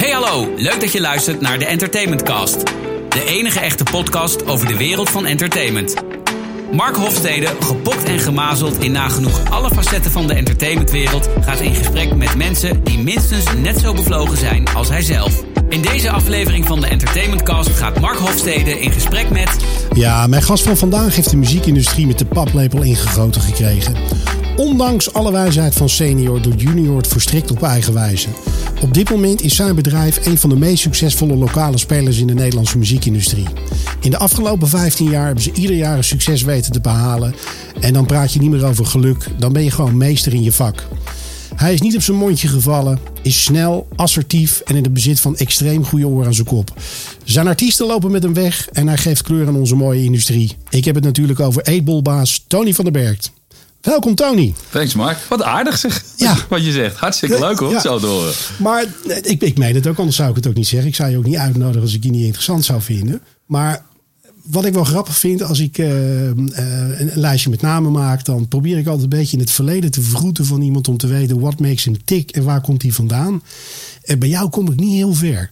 Hey hallo, leuk dat je luistert naar de Entertainment Cast. De enige echte podcast over de wereld van entertainment. Mark Hofstede, gepokt en gemazeld in nagenoeg alle facetten van de entertainmentwereld, gaat in gesprek met mensen die minstens net zo bevlogen zijn als hij zelf. In deze aflevering van de Entertainment Cast gaat Mark Hofstede in gesprek met... Ja, mijn gast van vandaag heeft de muziekindustrie met de paplepel ingegoten gekregen. Ondanks alle wijsheid van senior doet junior het verstrikt op eigen wijze. Op dit moment is zijn bedrijf een van de meest succesvolle lokale spelers in de Nederlandse muziekindustrie. In de afgelopen 15 jaar hebben ze ieder jaar een succes weten te behalen. En dan praat je niet meer over geluk, dan ben je gewoon meester in je vak. Hij is niet op zijn mondje gevallen, is snel, assertief en in het bezit van extreem goede oren aan zijn kop. Zijn artiesten lopen met hem weg en hij geeft kleur aan onze mooie industrie. Ik heb het natuurlijk over 8-ballbaas Tony van der Bergt. Welkom Tony. Thanks Mark. Wat aardig zeg. Ja. Wat je zegt. Hartstikke leuk hoor, zo te horen. Maar ik meen het ook, anders zou ik het ook niet zeggen. Ik zou je ook niet uitnodigen als ik je niet interessant zou vinden. Maar wat ik wel grappig vind, als ik een lijstje met namen maak, dan probeer ik altijd een beetje in het verleden te vergroeten van iemand om te weten what makes him tick en waar komt hij vandaan. En bij jou kom ik niet heel ver.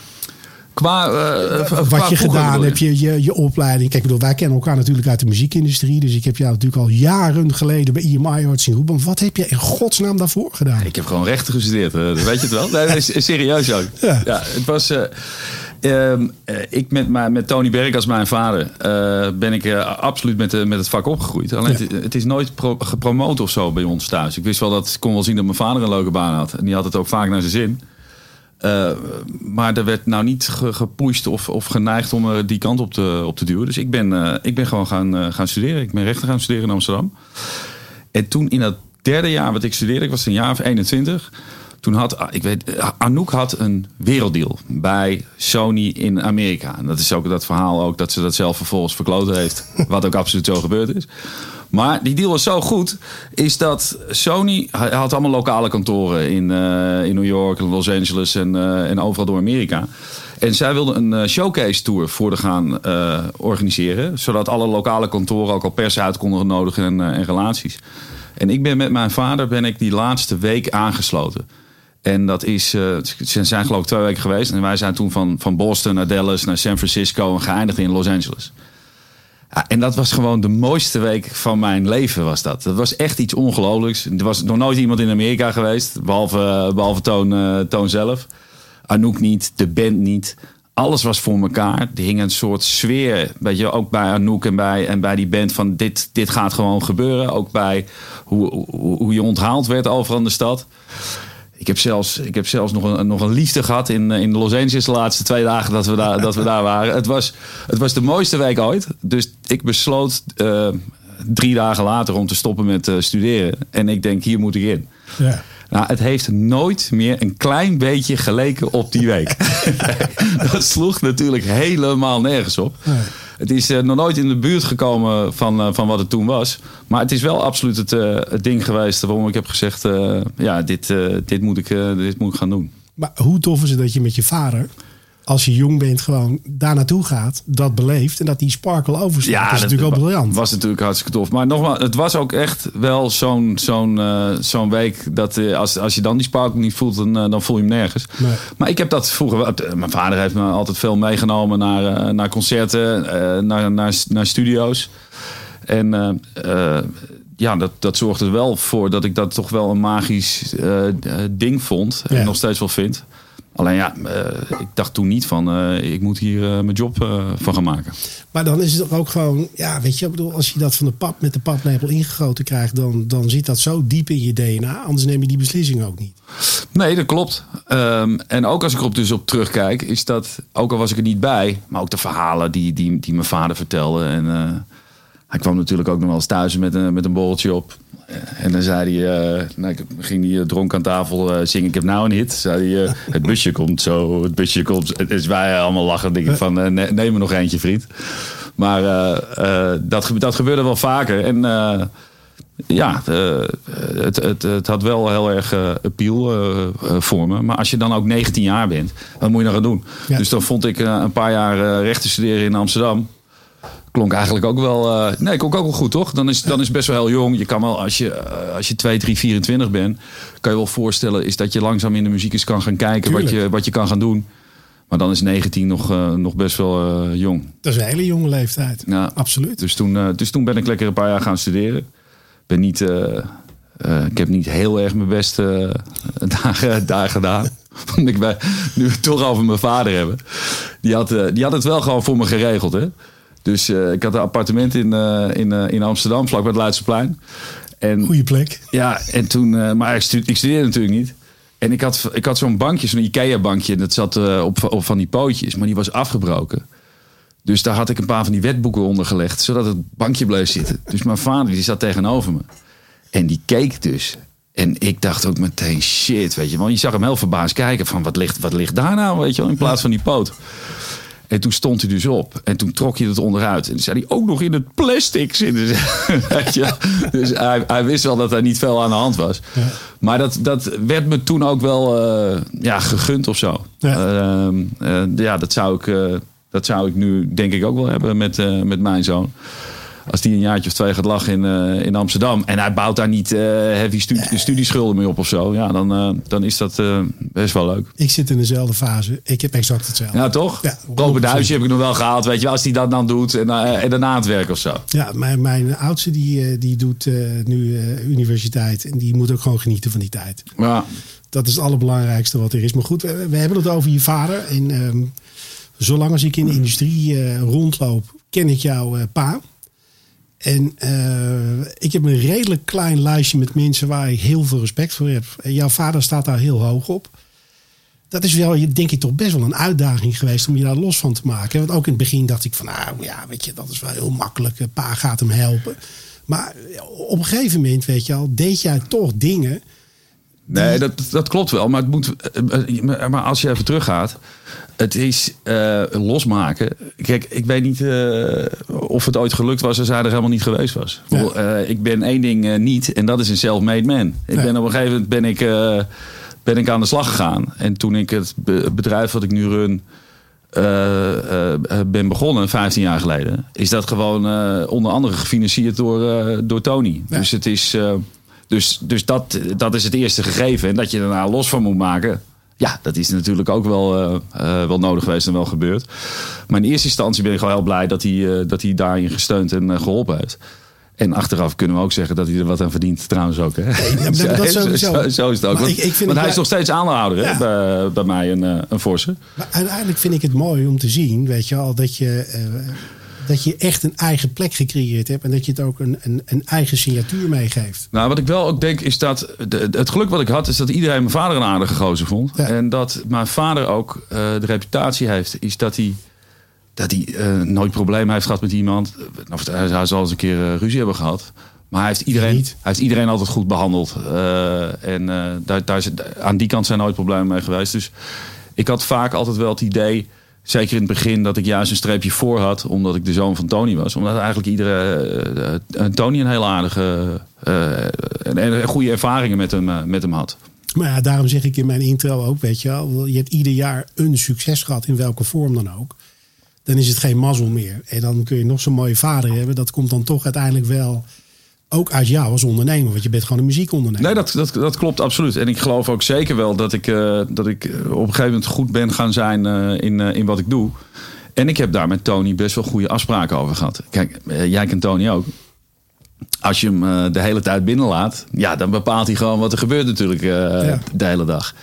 Wat je gedaan hebt, je opleiding. Kijk, ik bedoel, wij kennen elkaar natuurlijk uit de muziekindustrie. Dus ik heb jou natuurlijk al jaren geleden bij EMI ooit zien roepen. Wat heb je in godsnaam daarvoor gedaan? Ik heb gewoon rechten gestudeerd. Weet je het wel? Nee, dat is serieus ook. Ja, het was... ik met Tony Berg als mijn vader ben ik absoluut met het vak opgegroeid. Alleen het is nooit gepromoot of zo bij ons thuis. Ik wist wel ik kon wel zien dat mijn vader een leuke baan had. En die had het ook vaak naar zijn zin. Maar er werd nou niet gepusht of geneigd om die kant op te duwen. Dus ik ben gewoon gaan studeren. Ik ben rechten gaan studeren in Amsterdam. En toen in dat derde jaar wat ik studeerde, ik was een jaar of 21... Toen Anouk had een werelddeal bij Sony in Amerika. En dat is ook dat verhaal ook dat ze dat zelf vervolgens verkloten heeft. Wat ook absoluut zo gebeurd is. Maar die deal was zo goed, is dat Sony had allemaal lokale kantoren in New York, Los Angeles en overal door Amerika. En zij wilde een showcase tour voor de gaan organiseren. Zodat alle lokale kantoren ook al pers uit konden nodigen en relaties. En ik ben met mijn vader die laatste week aangesloten. En dat is, ze zijn geloof ik 2 weken geweest. En wij zijn toen van Boston naar Dallas, naar San Francisco en geëindigd in Los Angeles. Ja, en dat was gewoon de mooiste week van mijn leven was dat. Dat was echt iets ongelooflijks. Er was nog nooit iemand in Amerika geweest, behalve Toon zelf. Anouk niet, de band niet. Alles was voor elkaar. Er hing een soort sfeer, weet je, ook bij Anouk en bij die band van dit gaat gewoon gebeuren. Ook bij hoe je onthaald werd overal in de stad. Ik heb zelfs nog een liefde gehad in Los Angeles de laatste 2 dagen dat we daar waren. Het was de mooiste week ooit. Dus ik besloot 3 dagen later om te stoppen met studeren. En ik denk, hier moet ik in. Ja. Nou, het heeft nooit meer een klein beetje geleken op die week. Dat sloeg natuurlijk helemaal nergens op. Nee. Het is nog nooit in de buurt gekomen van wat het toen was. Maar het is wel absoluut het ding geweest waarom ik heb gezegd... dit moet ik gaan doen. Maar hoe tof is het dat je met je vader, als je jong bent, gewoon daar naartoe gaat, dat beleeft en dat die sparkle overslaat? Ja, dat is natuurlijk wel briljant. Was natuurlijk hartstikke tof. Maar nogmaals, het was ook echt wel zo'n week dat als je dan die sparkle niet voelt, dan voel je hem nergens. Nee. Maar ik heb dat vroeger... Mijn vader heeft me altijd veel meegenomen naar concerten, naar studio's. En dat zorgde er wel voor dat ik dat toch wel een magisch ding vond. En nog steeds wel vind. Alleen ik dacht toen niet van, ik moet hier mijn job van gaan maken. Maar dan is het ook gewoon, ja, weet je, ik bedoel, als je dat met de paplepel ingegoten krijgt, dan zit dat zo diep in je DNA. Anders neem je die beslissing ook niet. Nee, dat klopt. En ook als ik erop op terugkijk, is dat, ook al was ik er niet bij, maar ook de verhalen die mijn vader vertelde. En hij kwam natuurlijk ook nog wel eens thuis met een borreltje op. En dan zei hij, ging hij dronken aan tafel zingen. Ik heb nou een hit. Zei hij, het busje komt zo, het busje komt. En dus wij allemaal lachen, denk ik van, neem er nog eentje, vriend. Maar dat gebeurde wel vaker. En het had wel heel erg appeal voor me. Maar als je dan ook 19 jaar bent, wat moet je dan gaan doen? Ja. Dus dan vond ik een paar jaar rechten studeren in Amsterdam. klonk eigenlijk ook wel... klonk ook wel goed, toch? Dan is het best wel heel jong. Je kan wel, als je 2, 3, 24 bent... kan je wel voorstellen is dat je langzaam in de muziek eens kan gaan kijken... wat je kan gaan doen. Maar dan is 19 nog best wel jong. Dat is een hele jonge leeftijd. Ja, absoluut. Dus toen ben ik lekker een paar jaar gaan studeren. Ik heb niet heel erg mijn best daar gedaan. Want nu we het toch over mijn vader hebben. Die had het wel gewoon voor me geregeld. Hè? Dus ik had een appartement in Amsterdam, vlak bij het Leidseplein. Goeie plek. Ja, en toen... maar ik studeerde natuurlijk niet. En ik had zo'n bankje, zo'n Ikea-bankje. En dat zat op van die pootjes. Maar die was afgebroken. Dus daar had ik een paar van die wetboeken onder gelegd. Zodat het bankje bleef zitten. Dus mijn vader die zat tegenover me. En die keek dus. En ik dacht ook meteen, shit, weet je. Want je zag hem heel verbaasd kijken van, wat ligt daar nou, weet je wel. In plaats van die poot. En toen stond hij dus op. En toen trok hij het onderuit. En toen zei hij ook nog in het plastic zitten. Weet je? Dus hij wist wel dat er niet veel aan de hand was. Ja. Maar dat werd me toen ook wel gegund of zo. Ja. Dat zou ik nu denk ik ook wel hebben met mijn zoon. Als die een jaartje of 2 gaat lachen in Amsterdam. En hij bouwt daar niet heavy studieschulden mee op of zo. Ja, dan is dat best wel leuk. Ik zit in dezelfde fase. Ik heb exact hetzelfde. Ja, toch? Ja, Robert Huisje heb ik nog wel gehaald. Weet je, als hij dat dan doet en daarna het werk of zo. Ja, mijn oudste die doet nu universiteit. En die moet ook gewoon genieten van die tijd. Ja. Dat is het allerbelangrijkste wat er is. Maar goed, we hebben het over je vader. En zolang als ik in de industrie rondloop, ken ik jouw pa. En ik heb een redelijk klein lijstje met mensen waar ik heel veel respect voor heb. Jouw vader staat daar heel hoog op. Dat is wel, denk ik, toch best wel een uitdaging geweest om je daar los van te maken. Want ook in het begin dacht ik van, weet je, dat is wel heel makkelijk. Pa gaat hem helpen. Maar op een gegeven moment, weet je al, deed jij toch dingen. Nee, dat klopt wel. Maar als je even teruggaat. Het is losmaken. Kijk, ik weet niet of het ooit gelukt was als hij er helemaal niet geweest was. Ja. Ik ben één ding niet. En dat is een self-made man. Op een gegeven moment ben ik aan de slag gegaan. En toen ik het bedrijf wat ik nu run ben begonnen 15 jaar geleden. Is dat gewoon onder andere gefinancierd door Tony. Ja. Dus het is... Dus dat is het eerste gegeven. En dat je daarna los van moet maken. Ja, dat is natuurlijk ook wel nodig geweest en wel gebeurd. Maar in eerste instantie ben ik gewoon heel blij dat hij daarin gesteund en geholpen heeft. En achteraf kunnen we ook zeggen dat hij er wat aan verdient trouwens ook. Hè? Nee, zo is het ook. Want hij is nog steeds aandeelhouder, hè, bij mij een forse. Maar uiteindelijk vind ik het mooi om te zien, weet je al, dat je echt een eigen plek gecreëerd hebt. En dat je het ook een eigen signatuur meegeeft. Nou, wat ik wel ook denk is dat... Het geluk wat ik had is dat iedereen mijn vader een aardige gozer vond. Ja. En dat mijn vader ook de reputatie heeft. Is dat hij nooit problemen heeft gehad met iemand. Hij zal eens een keer ruzie hebben gehad. Maar hij heeft iedereen altijd goed behandeld. Aan die kant zijn nooit problemen mee geweest. Dus ik had vaak altijd wel het idee... Zeker in het begin dat ik juist een streepje voor had. Omdat ik de zoon van Tony was. Omdat eigenlijk Tony een heel aardige en goede ervaringen met hem had. Maar ja, daarom zeg ik in mijn intro ook, weet je wel. Je hebt ieder jaar een succes gehad in welke vorm dan ook. Dan is het geen mazzel meer. En dan kun je nog zo'n mooie vader hebben. Dat komt dan toch uiteindelijk wel... Ook uit jou als ondernemer, want je bent gewoon een muziekondernemer. Nee, dat klopt absoluut. En ik geloof ook zeker wel dat ik op een gegeven moment goed ben gaan zijn in wat ik doe. En ik heb daar met Tony best wel goede afspraken over gehad. Kijk, jij kent Tony ook. Als je hem de hele tijd binnenlaat, ja, dan bepaalt hij gewoon wat er gebeurt natuurlijk de hele dag.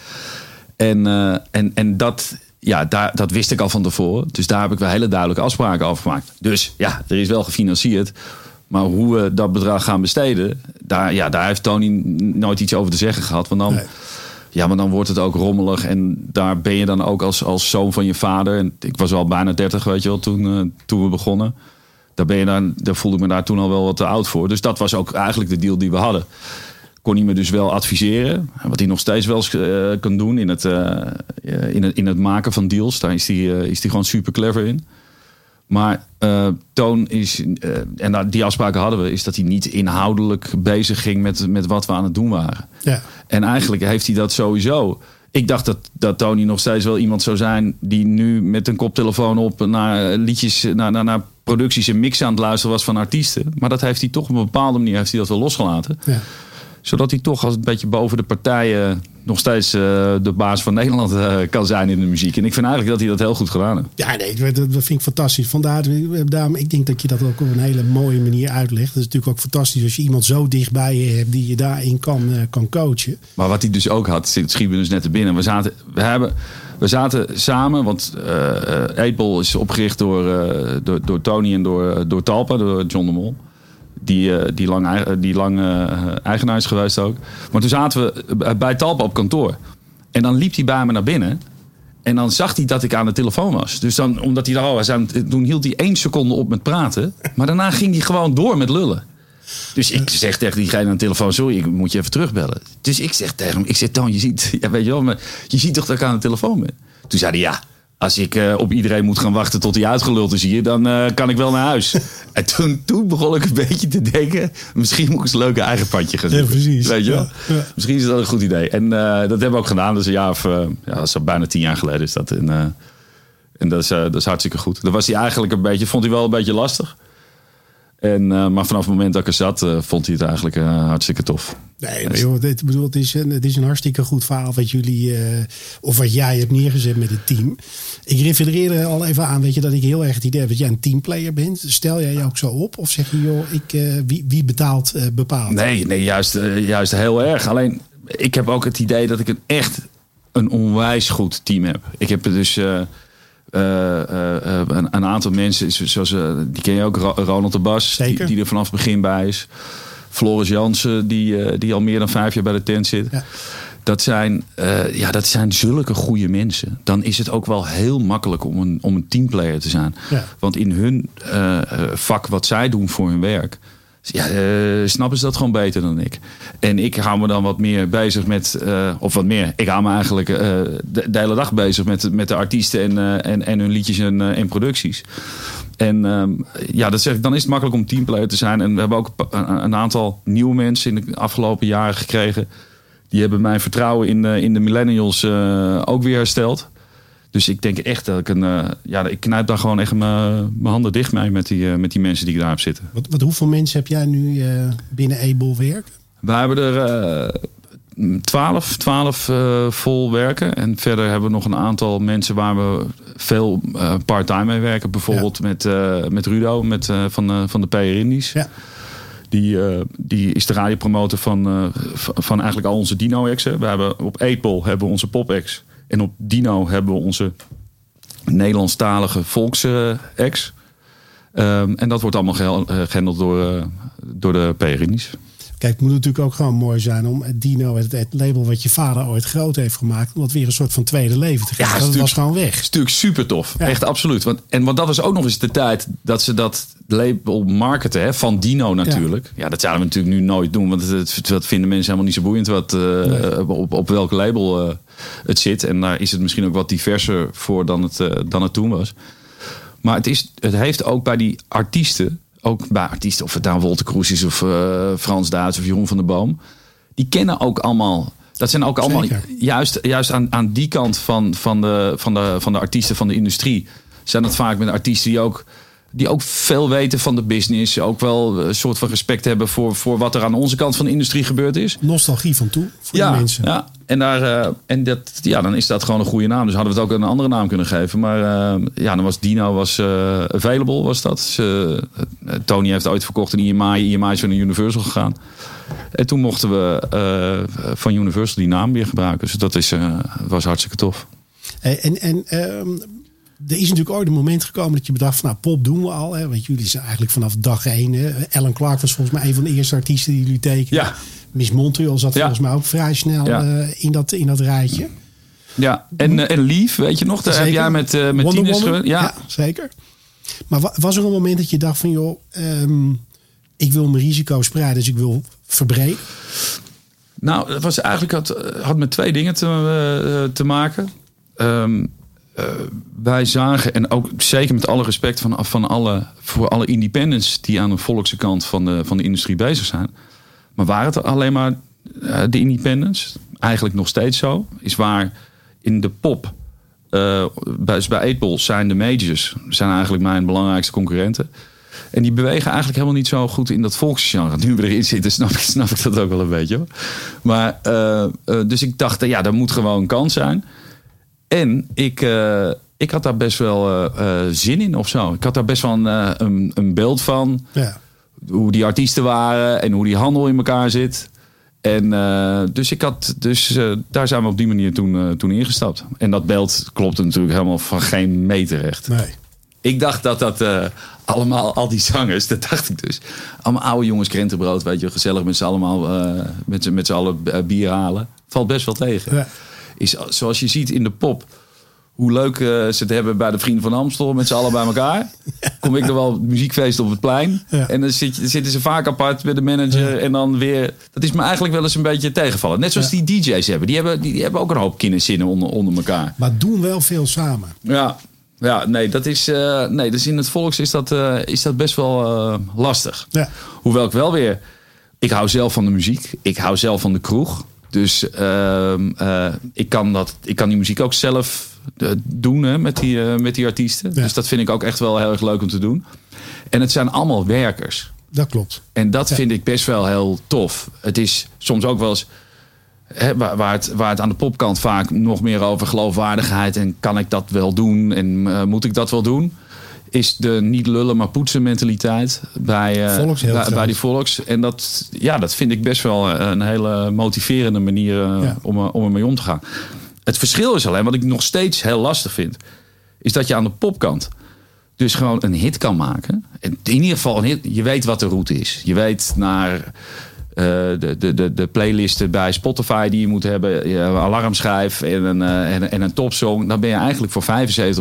En dat wist ik al van tevoren. Dus daar heb ik wel hele duidelijke afspraken over gemaakt. Dus ja, er is wel gefinancierd. Maar hoe we dat bedrag gaan besteden, daar heeft Tony nooit iets over te zeggen gehad. Want dan, maar dan wordt het ook rommelig. En daar ben je dan ook als zoon van je vader. En ik was al bijna 30, weet je wel, toen we begonnen. Daar voelde ik me daar toen al wel wat te oud voor. Dus dat was ook eigenlijk de deal die we hadden. Kon hij me dus wel adviseren. Wat hij nog steeds wel kan doen in het maken van deals. Daar is hij gewoon super clever in. Maar Toon is, en die afspraken hadden we, is dat hij niet inhoudelijk bezig ging met wat we aan het doen waren. Ja. En eigenlijk heeft hij dat sowieso. Ik dacht dat Tony nog steeds wel iemand zou zijn die nu met een koptelefoon op naar liedjes, naar producties en mixen aan het luisteren was van artiesten. Maar dat heeft hij toch op een bepaalde manier heeft hij dat wel losgelaten. Ja. Zodat hij toch als een beetje boven de partijen nog steeds de baas van Nederland kan zijn in de muziek. En ik vind eigenlijk dat hij dat heel goed gedaan heeft. Ja, nee, dat vind ik fantastisch. Vandaar, daarom, ik denk dat je dat ook op een hele mooie manier uitlegt. Dat is natuurlijk ook fantastisch als je iemand zo dichtbij je hebt die je daarin kan coachen. Maar wat hij dus ook had, schieten we dus net te binnen. We zaten samen, want 8ball is opgericht door Tony en door Talpa, door John de Mol. Die lang eigenaar is geweest ook. Maar toen zaten we bij Talpa op kantoor. En dan liep hij bij me naar binnen. En dan zag hij dat ik aan de telefoon was. Dus dan, omdat hij daar was, toen hield hij 1 seconde op met praten. Maar daarna ging hij gewoon door met lullen. Dus ik zeg tegen diegene aan de telefoon, sorry, ik moet je even terugbellen. Dus ik zeg tegen hem, Toon, je ziet toch dat ik aan de telefoon ben? Toen zei hij, ja. Als ik op iedereen moet gaan wachten tot hij uitgeluld is hier, dan kan ik wel naar huis. En toen begon ik een beetje te denken, misschien moet ik eens een leuke eigen padje gaan zoeken. Ja, precies. Weet je wel? Ja. Misschien is dat een goed idee. En dat hebben we ook gedaan. Dus dat is bijna 10 jaar geleden is dat. En dat is hartstikke goed. Dan was hij eigenlijk vond hij wel een beetje lastig. Maar vanaf het moment dat ik er zat, vond hij het eigenlijk hartstikke tof. Nee, maar joh, het is een hartstikke goed verhaal wat jullie, of wat jij hebt neergezet met het team. Ik refereerde al even aan, weet je, dat ik heel erg het idee heb dat jij een teamplayer bent. Stel jij je ook zo op? Of zeg je, joh, wie betaalt, bepaalt? Nee, juist heel erg. Alleen, ik heb ook het idee dat ik een onwijs goed team heb. Ik heb dus een aantal mensen, zoals die ken je ook, Ronald de Bas, die er vanaf het begin bij is. Floris Jansen, die al meer dan 5 jaar bij de tent zit. Ja. Dat zijn zulke goede mensen. Dan is het ook wel heel makkelijk om een teamplayer te zijn. Ja. Want in hun vak, wat zij doen voor hun werk, snappen ze dat gewoon beter dan ik. En ik hou me dan wat meer bezig met, ik hou me eigenlijk de hele dag bezig met de artiesten en hun liedjes en producties. En dat zeg ik, dan is het makkelijk om teamplayer te zijn. En we hebben ook een aantal nieuwe mensen in de afgelopen jaren gekregen. Die hebben mijn vertrouwen in de millennials ook weer hersteld. Dus ik denk echt dat ik knijp daar gewoon echt mijn handen dicht mee met die mensen die daar op zitten. Hoeveel mensen heb jij nu binnen 8ball werken? We hebben er 12 vol werken. En verder hebben we nog een aantal mensen waar we veel part-time mee werken. Bijvoorbeeld met Rudo van de PR Indies. Ja. Die is de radiopromotor van eigenlijk al onze Dino-exen. We hebben op 8ball hebben we onze pop-ex. En op Dino hebben we onze Nederlandstalige volks-ex. En dat wordt allemaal gehandeld door de PR Indies. Kijk, het moet natuurlijk ook gewoon mooi zijn om Dino, het label wat je vader ooit groot heeft gemaakt, om dat weer een soort van tweede leven te geven. Ja, dat was gewoon weg. Het is natuurlijk super tof. Ja. Echt absoluut. Want dat was ook nog eens de tijd dat ze dat label marketen, van Dino natuurlijk. Ja, dat zouden we natuurlijk nu nooit doen. Want dat vinden mensen helemaal niet zo boeiend op welk label het zit. En daar is het misschien ook wat diverser voor dan het toen was. Maar het heeft ook bij die artiesten, of het nou Wolter Kroes is of Frans Duits of Jeroen van der Boom, die kennen ook allemaal. Dat zijn ook allemaal juist aan die kant van de artiesten van de industrie. Zijn dat vaak met artiesten die ook veel weten van de business. Ook wel een soort van respect hebben voor wat er aan onze kant van de industrie gebeurd is. Nostalgie van toe voor de mensen. Ja, en dan is dat gewoon een goede naam. Dus hadden we het ook een andere naam kunnen geven. Maar dan was Dino available, was dat. Tony heeft ooit verkocht een EMI. EMI is weer naar Universal gegaan. En toen mochten we van Universal die naam weer gebruiken. Dus dat was hartstikke tof. Er is natuurlijk ooit een moment gekomen dat je bedacht van pop doen we al. Hè? Want jullie zijn eigenlijk vanaf dag 1. Alan Clark was volgens mij een van de eerste artiesten die jullie tekenen. Ja. Miss Montreal zat volgens mij ook vrij snel in dat rijtje. Ja, en Lief, weet je nog? Daar heb jij met Tines geweest. Ja, zeker. Maar was er een moment dat je dacht van joh, ik wil mijn risico spreiden, dus ik wil verbreden? Nou, het was eigenlijk had met 2 dingen te maken. Wij zagen, en ook zeker met alle respect voor alle independents die aan de volkse kant van de industrie bezig zijn. Maar waren het alleen maar de independents? Eigenlijk nog steeds zo. Is waar in de pop bij 8 Ball zijn de majors zijn eigenlijk mijn belangrijkste concurrenten. En die bewegen eigenlijk helemaal niet zo goed in dat volksgenre. Nu we erin zitten, snap ik dat ook wel een beetje. Hoor. Maar, dus ik dacht, daar moet gewoon een kans zijn. En ik had daar best wel zin in of zo. Ik had daar best wel een beeld van. Ja. Hoe die artiesten waren en hoe die handel in elkaar zit. En dus daar zijn we op die manier toen ingestapt. En dat beeld klopte natuurlijk helemaal van geen meter echt. Nee. Ik dacht dat allemaal, al die zangers, dat dacht ik dus. Allemaal oude jongens krentenbrood, weet je, gezellig met z'n allemaal met z'n allen bier halen. Valt best wel tegen. Ja. Is, zoals je ziet in de pop, hoe leuk ze het hebben bij de Vrienden van Amstel met z'n allen bij elkaar. Kom ik er wel muziekfeest op het plein. Ja. En dan zitten ze vaak apart met de manager. Ja. En dan weer, dat is me eigenlijk wel eens een beetje tegenvallen. Net zoals die DJ's hebben. Die hebben ook een hoop kinderzinnen onder elkaar. Maar doen wel veel samen. Ja, nee, dat is in het volks is dat best wel lastig. Ja. Hoewel ik wel weer, ik hou zelf van de muziek. Ik hou zelf van de kroeg. Dus ik kan die muziek ook zelf doen hè, met die artiesten. Ja. Dus dat vind ik ook echt wel heel erg leuk om te doen. En het zijn allemaal werkers. Dat klopt. En dat vind ik best wel heel tof. Het is soms ook wel eens, waar het aan de popkant vaak nog meer over geloofwaardigheid en kan ik dat wel doen en moet ik dat wel doen, is de niet lullen maar poetsen mentaliteit bij die volks. En dat vind ik best wel een hele motiverende manier om ermee om te gaan. Het verschil is alleen, wat ik nog steeds heel lastig vind, is dat je aan de popkant dus gewoon een hit kan maken. En in ieder geval een hit. Je weet wat de route is. Je weet naar de playlisten bij Spotify die je moet hebben. Je alarmschijf en een topsong. Dan ben je eigenlijk voor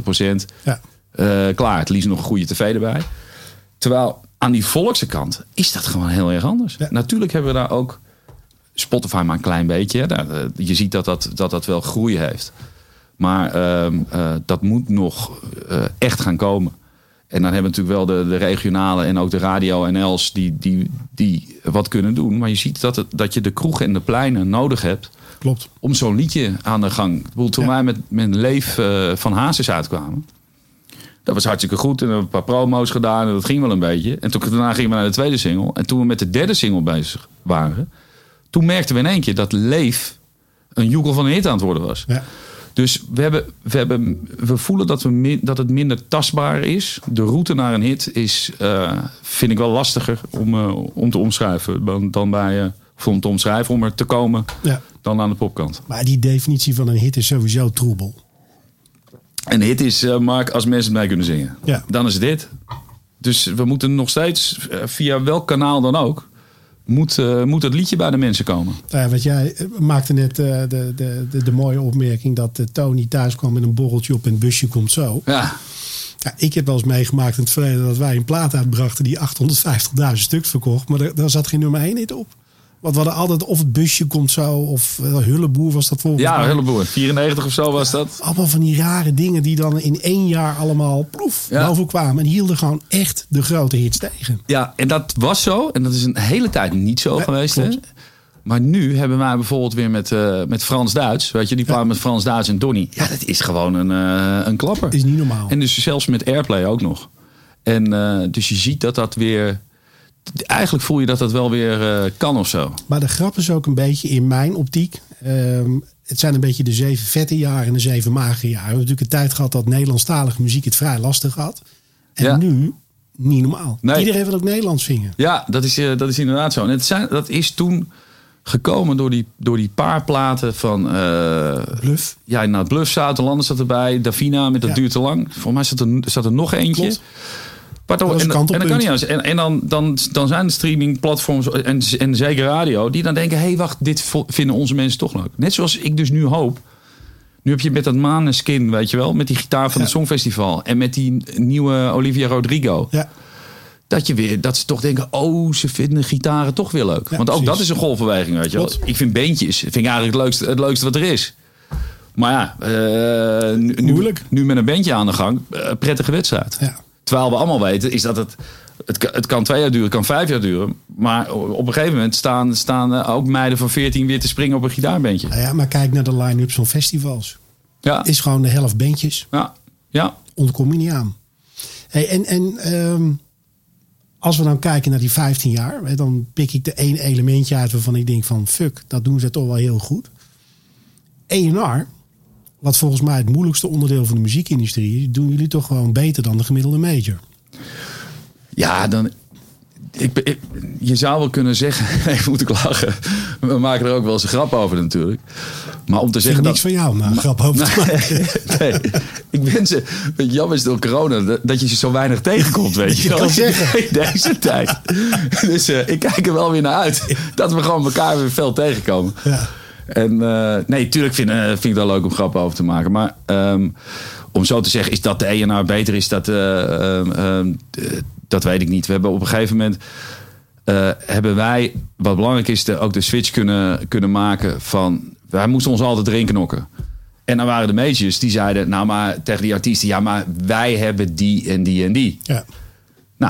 75% klaar. Het liefst nog een goede tv erbij. Terwijl aan die volkse kant is dat gewoon heel erg anders. Ja. Natuurlijk hebben we daar ook Spotify maar een klein beetje. Je ziet dat wel groei heeft. Maar dat moet nog echt gaan komen. En dan hebben we natuurlijk wel de regionale en ook de radio NL's die wat kunnen doen. Maar je ziet dat je de kroegen en de pleinen nodig hebt. Klopt. Om zo'n liedje aan de gang. Toen wij met Leef van Hazes uitkwamen. Dat was hartstikke goed. En we hebben een paar promo's gedaan. En dat ging wel een beetje. En daarna gingen we naar de tweede single. En toen we met de derde single bezig waren. Toen merkten we in één keer dat Leef een joekel van een hit aan het worden was. Ja. Dus we voelen dat het minder tastbaar is. De route naar een hit is, vind ik wel lastiger om te omschrijven. Om te omschrijven, om er te komen dan aan de popkant. Maar die definitie van een hit is sowieso troebel. Een hit is, Mark, als mensen het mee kunnen zingen. Ja. Dan is het hit. Dus we moeten nog steeds, via welk kanaal dan ook, moet het liedje bij de mensen komen. Ja, want jij maakte net de mooie opmerking dat Tony thuis kwam met een borreltje op en het busje komt zo. Ja. Ja, ik heb wel eens meegemaakt in het verleden dat wij een plaat uitbrachten die 850.000 stuks verkocht. Maar daar zat geen nummer 1 hit op. Want we hadden altijd of het busje komt zo of Hulleboer was dat volgens mij. Ja, Hulleboer. 94 of zo was dat. Allemaal van die rare dingen die dan in 1 jaar allemaal boven kwamen. En hielden gewoon echt de grote hits tegen. Ja, en dat was zo. En dat is een hele tijd niet zo geweest. Hè? Maar nu hebben wij bijvoorbeeld weer met Frans-Duits. Weet je, die plaat met Frans-Duits en Donnie. Ja, dat is gewoon een klapper. Is niet normaal. En dus zelfs met Airplay ook nog. En dus je ziet dat weer... Eigenlijk voel je dat wel weer kan of zo. Maar de grap is ook een beetje in mijn optiek. Het zijn een beetje de 7 vette jaren en de 7 magere jaren. We hebben natuurlijk een tijd gehad dat Nederlandstalige muziek het vrij lastig had. En nu niet normaal. Nee. Iedereen wil ook Nederlands zingen. Ja, dat is inderdaad zo. En dat is toen gekomen door die paar platen van... Bluff. Ja, Bluff, Zoutenlanden zat erbij. Davina met Dat duurt te lang. Volgens mij zat er nog eentje. Klopt. En dan kan niet anders. En dan zijn de streamingplatforms en zeker radio die dan denken, hé, wacht, dit vinden onze mensen toch leuk. Net zoals ik dus nu hoop. Nu heb je met dat Maneskin, weet je wel, met die gitaar van het Songfestival en met die nieuwe Olivia Rodrigo. Ja. Dat ze toch denken, ze vinden gitaren toch weer leuk. Ja, want ook dat is een golfbeweging, weet je wel. Ik vind beentjes, vind ik eigenlijk het leukste wat er is. Maar ja, nu met een bandje aan de gang, prettige wedstrijd. Ja. Terwijl we allemaal weten is dat het kan 2 jaar duren, het kan 5 jaar duren. Maar op een gegeven moment staan ook meiden van 14 weer te springen op een gitaarbandje. Nou ja, maar kijk naar de line-ups van festivals. Ja. Is gewoon de helft bandjes. Ja. Ontkom je niet aan. Hey, als we dan kijken naar die 15 jaar, dan pik ik de één elementje uit waarvan ik denk van fuck, dat doen ze toch wel heel goed. A&R, wat volgens mij het moeilijkste onderdeel van de muziekindustrie is, doen jullie toch gewoon beter dan de gemiddelde major. Ja, dan... je zou wel kunnen zeggen, even moet ik lachen. We maken er ook wel eens een grap over natuurlijk. Maar om te zeggen niks van jou, maar een grap over te maken. Nee, ik ben ze... Jammer is door corona dat je ze zo weinig tegenkomt, weet je. Kan zeggen. In deze tijd. Dus ik kijk er wel weer naar uit. Dat we gewoon elkaar weer veel tegenkomen. Ja. En nee, tuurlijk vind ik dat leuk om grappen over te maken. Maar om zo te zeggen, is dat de A&R beter is, dat weet ik niet. We hebben op een gegeven moment... hebben wij, wat belangrijk is, ook de switch kunnen maken van... Wij moesten ons altijd erin knokken. En dan waren de majors die zeiden, nou maar tegen die artiesten... Ja, maar wij hebben die en die en die. Ja. Nou,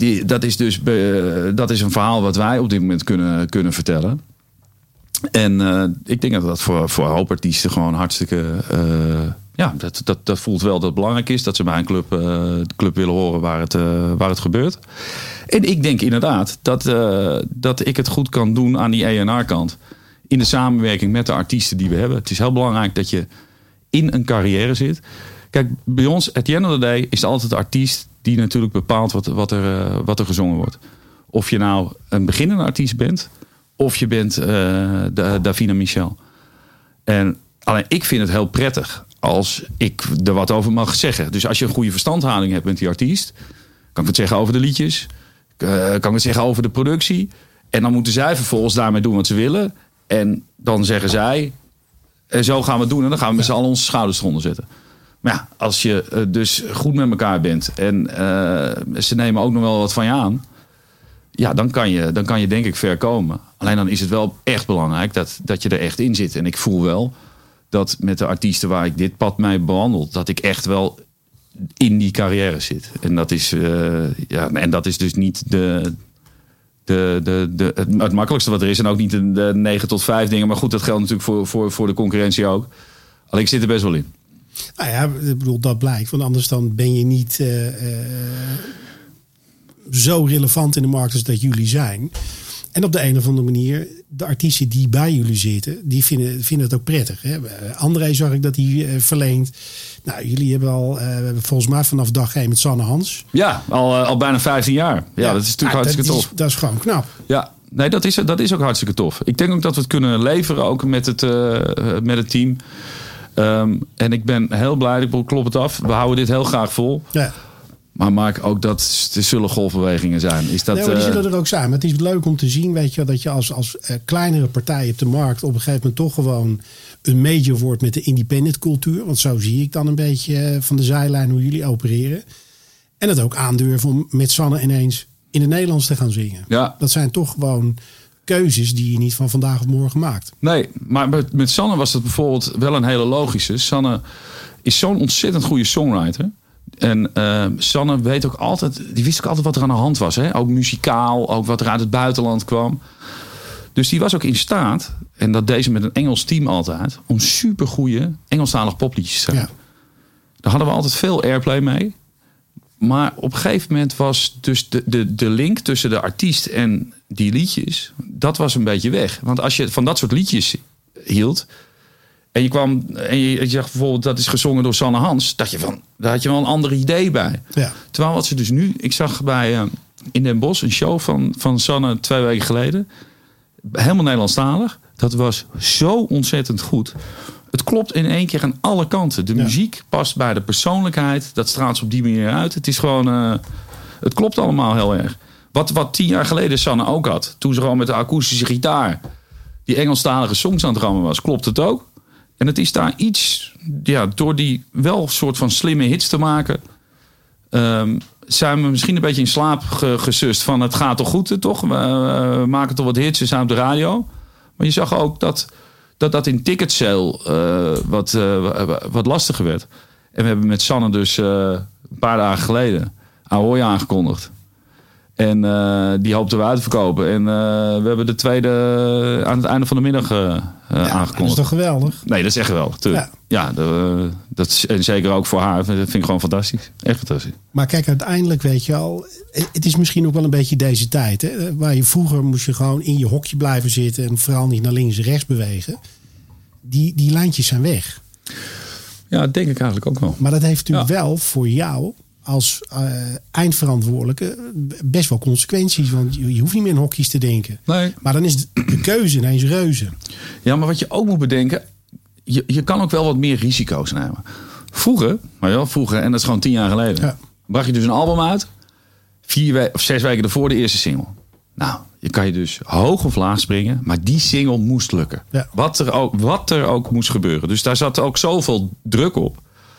dat is een verhaal wat wij op dit moment kunnen vertellen. En ik denk dat dat voor een hoop artiesten gewoon hartstikke... dat voelt wel dat het belangrijk is. Dat ze bij een club willen horen waar het gebeurt. En ik denk inderdaad dat ik het goed kan doen aan die A&R kant. In de samenwerking met de artiesten die we hebben. Het is heel belangrijk dat je in een carrière zit. Kijk, bij ons, at the end of the day, is het altijd de artiest die natuurlijk bepaalt wat er gezongen wordt. Of je nou een beginnende artiest bent, of je bent Davina Michel. En alleen ik vind het heel prettig als ik er wat over mag zeggen. Dus als je een goede verstandhouding hebt met die artiest, kan ik het zeggen over de liedjes, kan ik het zeggen over de productie. En dan moeten zij vervolgens daarmee doen wat ze willen. En dan zeggen zij, en zo gaan we het doen. En dan gaan we met z'n allen onze schouders eronder zetten. Maar ja, als je dus goed met elkaar bent en ze nemen ook nog wel wat van je aan, ja, dan kan je denk ik ver komen. Alleen dan is het wel echt belangrijk dat je er echt in zit. En ik voel wel dat met de artiesten waar ik dit pad mee bewandel, dat ik echt wel in die carrière zit. En dat is dus niet het makkelijkste wat er is. En ook niet de 9 tot 5 dingen. Maar goed, dat geldt natuurlijk voor de concurrentie ook. Alleen ik zit er best wel in. Nou ja, ik bedoel, dat blijkt. Want anders dan ben je niet zo relevant in de markt als dat jullie zijn. En op de een of andere manier, de artiesten die bij jullie zitten, die vinden het ook prettig. Hè? André zag ik dat hij verleent. Nou, jullie hebben hebben volgens mij vanaf dag 1 met Sanne Hans. Ja, al bijna 15 jaar. Ja, dat is natuurlijk hartstikke tof. Dat is gewoon knap. Ja, nee, dat is ook hartstikke tof. Ik denk ook dat we het kunnen leveren, ook met het team. En ik ben heel blij, ik klop het af. We houden dit heel graag vol. Ja. Maar Mark, ook dat er zullen golfbewegingen zijn. Is dat, die zullen er ook zijn. Maar het is leuk om te zien, weet je, dat je als kleinere partij op de markt op een gegeven moment toch gewoon een major wordt met de independent cultuur. Want zo zie ik dan een beetje van de zijlijn hoe jullie opereren. En het ook aandurven om met Sanne ineens in het Nederlands te gaan zingen. Ja. Dat zijn toch gewoon keuzes die je niet van vandaag op morgen maakt. Nee, maar met Sanne was dat bijvoorbeeld wel een hele logische. Sanne is zo'n ontzettend goede songwriter. En Sanne wist ook altijd wat er aan de hand was. Hè? Ook muzikaal, ook wat er uit het buitenland kwam. Dus die was ook in staat, en dat deed ze met een Engels team altijd, om supergoeie Engelstalig popliedjes te schrijven. Ja. Daar hadden we altijd veel airplay mee. Maar op een gegeven moment was dus de link tussen de artiest en die liedjes, dat was een beetje weg. Want als je van dat soort liedjes hield, en je kwam en je zag bijvoorbeeld dat is gezongen door Sanne Hans, daar had je wel een ander idee bij. Ja. Terwijl wat ze dus nu, ik zag in Den Bosch een show van Sanne 2 weken geleden, helemaal Nederlandstalig. Dat was zo ontzettend goed. Het klopt in één keer aan alle kanten. De muziek past bij de persoonlijkheid. Dat straalt ze op die manier uit. Het is gewoon, het klopt allemaal heel erg. Wat 10 jaar geleden Sanne ook had, toen ze gewoon met de akoestische gitaar die Engelstalige songs aan het rammen was, klopt het ook. En het is daar iets, door die wel soort van slimme hits te maken, zijn we misschien een beetje in slaap gesust van het gaat toch goed, toch? We maken toch wat hits, we zijn op de radio. Maar je zag ook dat in ticket sale wat lastiger werd. En we hebben met Sanne dus een paar dagen geleden Ahoy aangekondigd. En die hoopten we uit te verkopen. En we hebben de tweede aan het einde van de middag aangekondigd. Dat is toch geweldig? Nee, dat is echt geweldig. Ja, dat is, en zeker ook voor haar. Dat vind ik gewoon fantastisch. Echt fantastisch. Maar kijk, uiteindelijk weet je al... Het is misschien ook wel een beetje deze tijd. Hè? Waar je vroeger moest je gewoon in je hokje blijven zitten. En vooral niet naar links en rechts bewegen. Die lijntjes zijn weg. Ja, dat denk ik eigenlijk ook wel. Maar dat heeft natuurlijk wel voor jou... als eindverantwoordelijke best wel consequenties. Want je hoeft niet meer in hokjes te denken. Nee. Maar dan is de keuze ineens reuze. Ja, maar wat je ook moet bedenken... Je kan ook wel wat meer risico's nemen. Vroeger, en dat is gewoon 10 jaar geleden... bracht je dus een album uit... 4 of 6 weken ervoor de eerste single. Nou, je kan je dus hoog of laag springen... maar die single moest lukken. Ja. Wat er ook moest gebeuren. Dus daar zat ook zoveel druk op...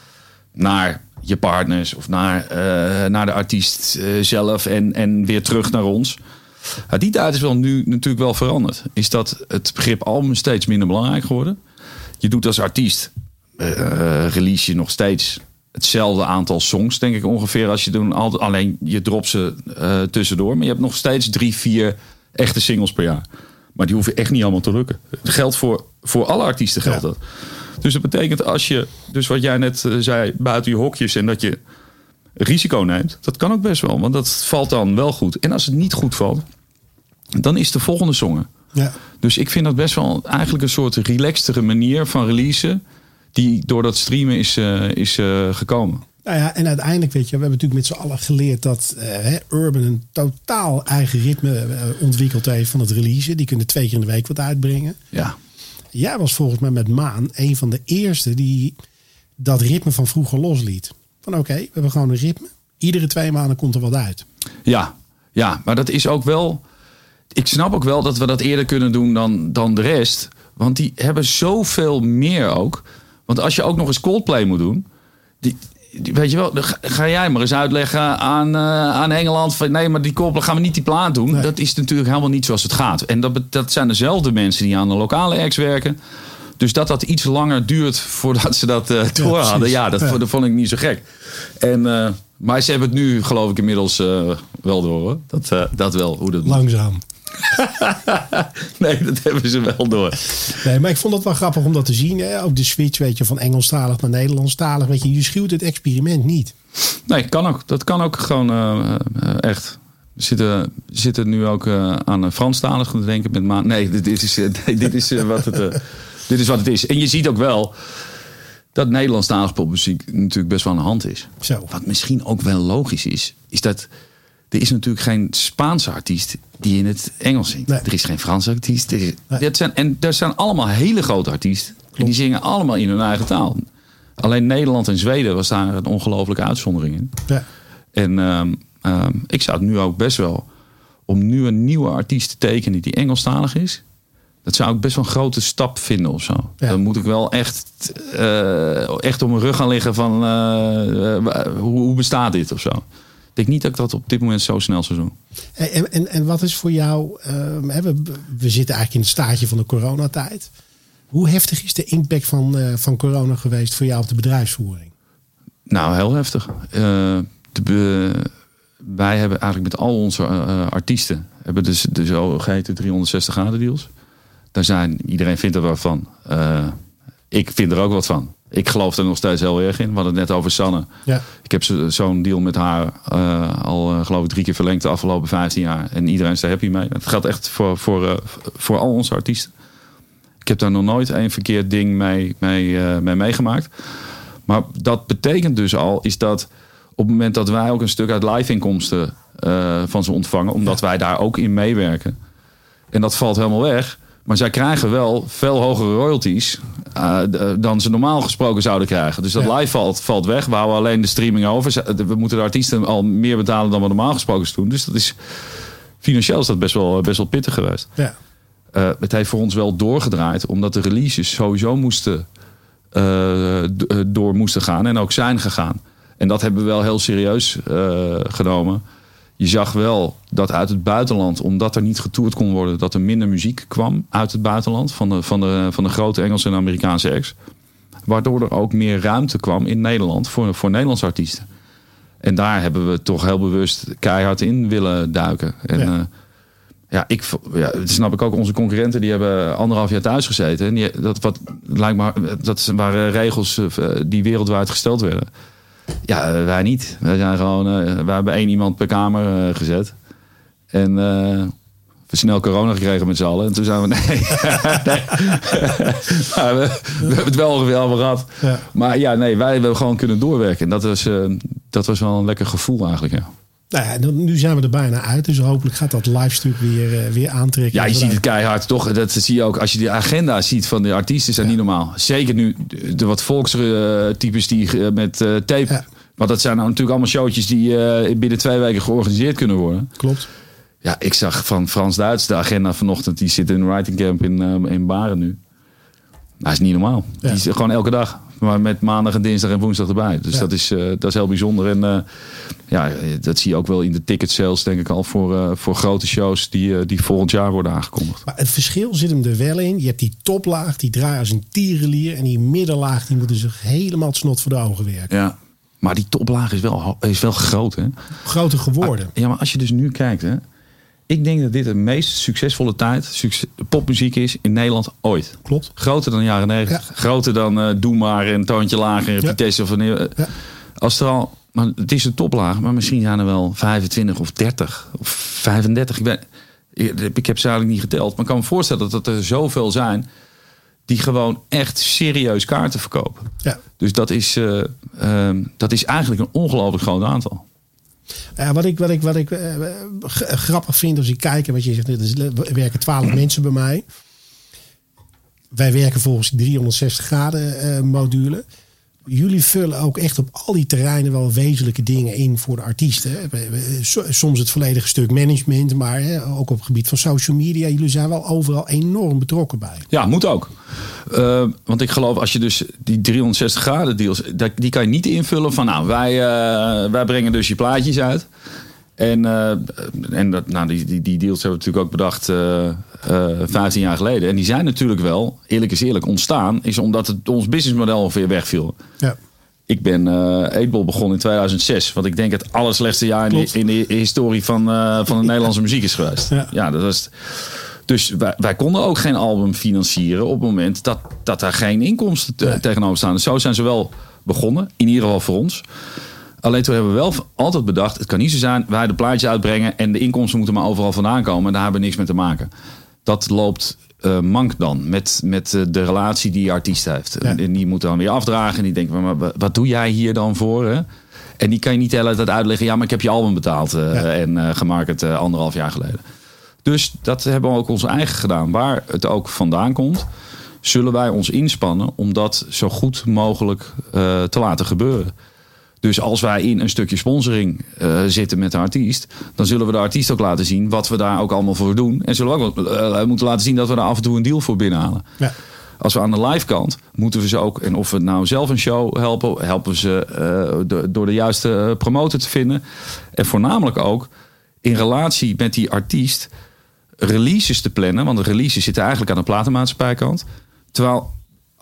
naar je partners of naar de artiest zelf en weer terug naar ons. Die tijd is wel nu natuurlijk wel veranderd. Is dat het begrip album steeds minder belangrijk geworden. Je doet als artiest, release je nog steeds hetzelfde aantal songs, denk ik ongeveer. Als je doet, alleen je dropt ze tussendoor. Maar je hebt nog steeds 3-4 echte singles per jaar. Maar die hoeven echt niet allemaal te lukken. Het geldt voor alle artiesten geldt dat. Dus dat betekent als je, dus wat jij net zei, buiten je hokjes en dat je risico neemt. Dat kan ook best wel, want dat valt dan wel goed. En als het niet goed valt, dan is de volgende song. Ja. Dus ik vind dat best wel eigenlijk een soort relaxtere manier van releasen. Die door dat streamen is gekomen. Nou ja, en uiteindelijk weet je, we hebben natuurlijk met z'n allen geleerd dat Urban een totaal eigen ritme ontwikkeld heeft van het releasen. Die kunnen 2 keer in de week wat uitbrengen. Ja. Jij was volgens mij met Maan een van de eerste die dat ritme van vroeger losliet. Van oké, we hebben gewoon een ritme. Iedere 2 maanden komt er wat uit. Ja, maar dat is ook wel... Ik snap ook wel dat we dat eerder kunnen doen dan de rest. Want die hebben zoveel meer ook. Want als je ook nog eens Coldplay moet doen... weet je wel, dan ga jij maar eens uitleggen aan Engeland... van nee, maar die Coldplay gaan we niet die plaat doen. Nee. Dat is natuurlijk helemaal niet zoals het gaat. En dat zijn dezelfde mensen die aan de lokale acts werken. Dus dat iets langer duurt voordat ze dat door hadden. Dat vond ik niet zo gek. Maar ze hebben het nu, geloof ik, inmiddels wel door. Hoor. Dat wel, hoe dat langzaam. Nee, dat hebben ze wel door. Nee, maar ik vond het wel grappig om dat te zien. Hè? Ook de switch, weet je, van Engelstalig naar Nederlandstalig. Weet je schuwt het experiment niet. Nee, kan ook. Dat kan ook gewoon echt. We zitten nu ook aan Franstalig te denken met Maan. Nee, dit is wat het is. En je ziet ook wel dat Nederlandstalige popmuziek natuurlijk best wel aan de hand is. Zo. Wat misschien ook wel logisch is dat er is natuurlijk geen Spaanse artiest die in het Engels zingt. Nee. Er is geen Franse artiest. Er zijn allemaal hele grote artiesten. En die zingen allemaal in hun eigen taal. Alleen Nederland en Zweden was daar een ongelofelijke uitzondering in. Ja. En ik zou het nu ook best wel... om nu een nieuwe artiest te tekenen die Engelstalig is... dat zou ik best wel een grote stap vinden of zo. Ja. Dan moet ik wel echt op mijn rug gaan liggen van... hoe bestaat dit of zo. Ik denk niet dat ik dat op dit moment zo snel zou doen. En wat is voor jou... we zitten eigenlijk in het staartje van de coronatijd. Hoe heftig is de impact van corona geweest voor jou op de bedrijfsvoering? Nou, heel heftig. Wij hebben eigenlijk met al onze artiesten... hebben dus de zogeheten 360 graden deals. Iedereen vindt er wat van. Ik vind er ook wat van. Ik geloof er nog steeds heel erg in. We hadden het net over Sanne. Ja. Ik heb zo'n deal met haar al geloof ik 3 keer verlengd de afgelopen 15 jaar. En iedereen is daar happy mee. Het geldt echt voor al onze artiesten. Ik heb daar nog nooit een verkeerd ding mee meegemaakt. Maar dat betekent dus al is dat op het moment dat wij ook een stuk uit live inkomsten van ze ontvangen. Omdat wij daar ook in meewerken. En dat valt helemaal weg. Maar zij krijgen wel veel hogere royalties dan ze normaal gesproken zouden krijgen. Dus dat live valt weg. We houden alleen de streaming over. We moeten de artiesten al meer betalen dan we normaal gesproken doen. Dus dat is financieel is dat best wel pittig geweest. Ja. Het heeft voor ons wel doorgedraaid. Omdat de releases sowieso door moesten gaan. En ook zijn gegaan. En dat hebben we wel heel serieus genomen. Je zag wel dat uit het buitenland, omdat er niet getoerd kon worden, dat er minder muziek kwam uit het buitenland van de grote Engelse en Amerikaanse acts. Waardoor er ook meer ruimte kwam in Nederland voor Nederlandse artiesten. En daar hebben we toch heel bewust keihard in willen duiken. En dat snap ik ook. Onze concurrenten die hebben 1,5 jaar thuis gezeten. En dat waren regels die wereldwijd gesteld werden. Ja, wij niet. Wij zijn gewoon, wij hebben 1 iemand per kamer gezet. En we snel corona gekregen met z'n allen. En toen zijn we... Nee. Maar we hebben het wel ongeveer allemaal gehad. Ja. Maar wij hebben gewoon kunnen doorwerken. En dat was wel een lekker gevoel eigenlijk, ja. Nou ja, nu zijn we er bijna uit. Dus hopelijk gaat dat livestuk weer aantrekken. Ja, je ziet het keihard, toch? Dat zie je ook als je de agenda ziet van de artiesten. Is dat niet normaal. Zeker nu de wat volkstypes die met tape... Ja. Want dat zijn nou natuurlijk allemaal showtjes die binnen 2 weken georganiseerd kunnen worden. Klopt. Ja, ik zag van Frans Duits de agenda vanochtend. Die zit in een writing camp in Baren nu. Dat is niet normaal. Ja. Die is gewoon elke dag. Maar met maandag en dinsdag en woensdag erbij. Dus dat is heel bijzonder. En dat zie je ook wel in de ticket sales, denk ik al, voor grote shows die volgend jaar worden aangekondigd. Maar het verschil zit hem er wel in. Je hebt die toplaag, die draaien als een tierenlier. En die middenlaag, die moeten zich helemaal het snot voor de ogen werken. Ja, maar die toplaag is wel groot, hè? Groter geworden. Ja, maar als je dus nu kijkt, hè. Ik denk dat dit de meest succesvolle popmuziek is in Nederland ooit. Klopt. Groter dan de jaren 90. Ja. Groter dan Doe Maar en Toontje Lager en Vitesse van Als er al, maar het is een toplaag, maar misschien zijn er wel 25 of 30 of 35. Ik heb ze eigenlijk niet geteld, maar ik kan me voorstellen dat er zoveel zijn die gewoon echt serieus kaarten verkopen. Ja. Dus dat is eigenlijk een ongelooflijk groot aantal. Ja, wat ik grappig vind als ik kijk, wat je zegt, er werken 12 mensen bij mij. Wij werken volgens de 360 graden module. Jullie vullen ook echt op al die terreinen wel wezenlijke dingen in voor de artiesten. Soms het volledige stuk management, maar ook op het gebied van social media. Jullie zijn wel overal enorm betrokken bij. Ja, moet ook. Want ik geloof, als je dus die 360 graden deals, die kan je niet invullen van, nou, wij brengen dus je plaatjes uit. En die deals hebben we natuurlijk ook bedacht 15 jaar geleden. En die zijn natuurlijk wel, eerlijk is eerlijk, ontstaan. Is omdat ons businessmodel ongeveer wegviel. Ja. Ik ben 8Ball begonnen in 2006. Wat ik denk het allerslechtste jaar in de historie van de Nederlandse muziek is geweest. Ja, dat was... Dus wij konden ook geen album financieren op het moment dat daar geen inkomsten tegenover staan. Dus zo zijn ze wel begonnen, in ieder geval voor ons. Alleen toen hebben we wel altijd bedacht, het kan niet zo zijn, wij de plaatjes uitbrengen en de inkomsten moeten maar overal vandaan komen. En daar hebben we niks mee te maken. Dat loopt mank dan met de relatie die je artiest heeft. Ja. En die moet dan weer afdragen en die denkt, maar wat doe jij hier dan voor? Hè? En die kan je niet de hele tijd uitleggen, ja, maar ik heb je album betaald en gemarket 1,5 jaar geleden. Dus dat hebben we ook ons eigen gedaan. Waar het ook vandaan komt, zullen wij ons inspannen om dat zo goed mogelijk te laten gebeuren. Dus als wij in een stukje sponsoring zitten met de artiest, dan zullen we de artiest ook laten zien wat we daar ook allemaal voor doen. En zullen we ook moeten laten zien dat we daar af en toe een deal voor binnenhalen. Ja. Als we aan de live kant moeten we ze ook, en of we nou zelf een show helpen we ze door de juiste promotor te vinden. En voornamelijk ook in relatie met die artiest releases te plannen. Want de releases zitten eigenlijk aan de platenmaatschappijkant. Terwijl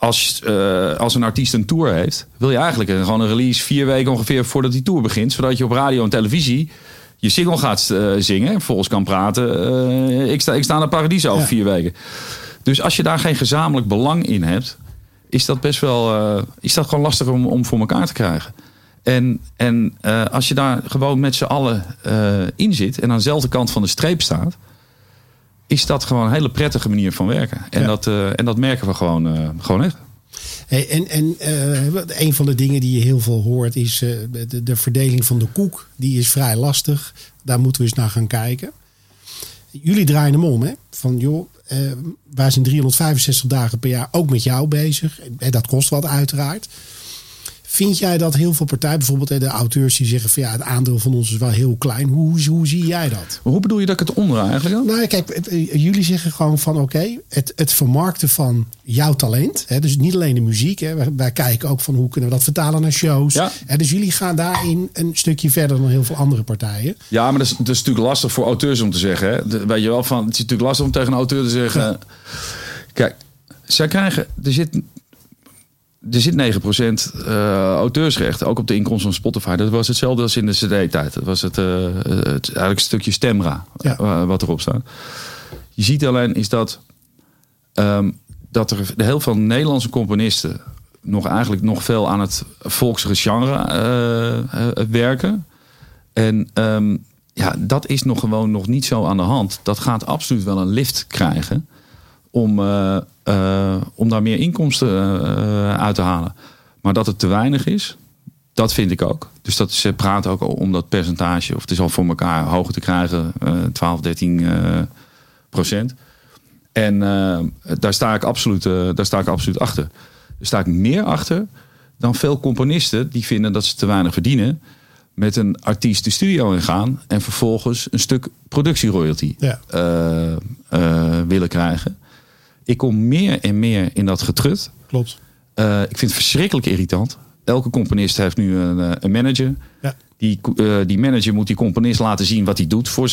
als een artiest een tour heeft, wil je eigenlijk gewoon een release 4 weken ongeveer voordat die tour begint. Zodat je op radio en televisie je single gaat zingen. En vervolgens kan praten. Ik sta aan het Paradiso over 4 weken. Dus als je daar geen gezamenlijk belang in hebt, is dat best wel is dat gewoon lastig om voor elkaar te krijgen. En als je daar gewoon met z'n allen in zit en aan dezelfde kant van de streep staat, is dat gewoon een hele prettige manier van werken. En dat merken we gewoon echt. Hey, een van de dingen die je heel veel hoort is de verdeling van de koek. Die is vrij lastig. Daar moeten we eens naar gaan kijken. Jullie draaien hem om, hè? Van joh, wij zijn 365 dagen per jaar ook met jou bezig. Dat kost wat uiteraard. Vind jij dat heel veel partijen, bijvoorbeeld de auteurs die zeggen van ja, het aandeel van ons is wel heel klein. Hoe zie jij dat? Maar hoe bedoel je dat ik het omdraai eigenlijk? Nou kijk, jullie zeggen gewoon van oké, het vermarkten van jouw talent. Hè, dus niet alleen de muziek. Hè, wij kijken ook van hoe kunnen we dat vertalen naar shows. Ja. Dus jullie gaan daarin een stukje verder dan heel veel andere partijen. Ja, maar dat is natuurlijk lastig voor auteurs om te zeggen. Hè. Weet je wel, het is natuurlijk lastig om tegen een auteur te zeggen. Ja. Kijk, zij krijgen, er zit 9% auteursrecht, ook op de inkomsten van Spotify. Dat was hetzelfde als in de CD-tijd. Dat was het eigenlijk een stukje Stemra wat erop staat. Je ziet alleen is dat er heel veel Nederlandse componisten nog veel aan het volksere genre werken. En dat is nog niet zo aan de hand. Dat gaat absoluut wel een lift krijgen om daar meer inkomsten uit te halen. Maar dat het te weinig is, dat vind ik ook. Dus ze praten ook om dat percentage, of het is al voor elkaar hoger te krijgen, 12-13%. En daar sta ik absoluut achter. Daar sta ik meer achter dan veel componisten die vinden dat ze te weinig verdienen, met een artiest de studio ingaan en vervolgens een stuk productieroyalty willen krijgen. Ik kom meer en meer in dat getrut. Klopt. Ik vind het verschrikkelijk irritant. Elke componist heeft nu een manager. Ja. Die manager moet die componist laten zien wat hij doet voor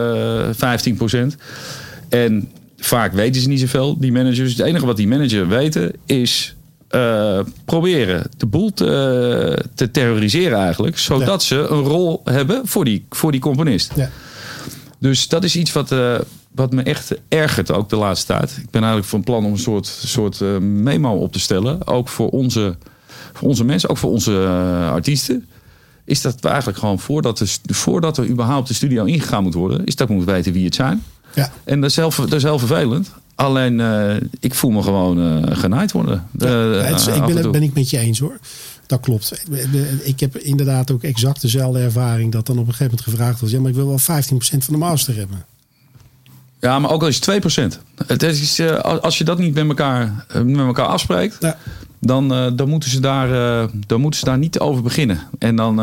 zijn 15%. En vaak weten ze niet zoveel, die managers. Het enige wat die manager weten is proberen de boel te terroriseren eigenlijk. Zodat ze een rol hebben voor die componist. Ja. Dus dat is iets wat me echt ergert ook de laatste tijd. Ik ben eigenlijk van plan om een soort memo op te stellen. Ook voor onze mensen, ook voor onze artiesten. Is dat we eigenlijk gewoon voordat er überhaupt de studio ingegaan moet worden, is dat we moeten weten wie het zijn. Ja. En dat is heel vervelend. Alleen ik voel me gewoon genaaid worden. Ben ik met je eens hoor. Dat klopt. Ik heb inderdaad ook exact dezelfde ervaring. Dat dan op een gegeven moment gevraagd was. Ja, maar ik wil wel 15% van de master hebben. Ja, maar ook al is het 2%. Het is, als je dat niet met elkaar afspreekt. Ja. Dan moeten ze daar niet over beginnen. En dan,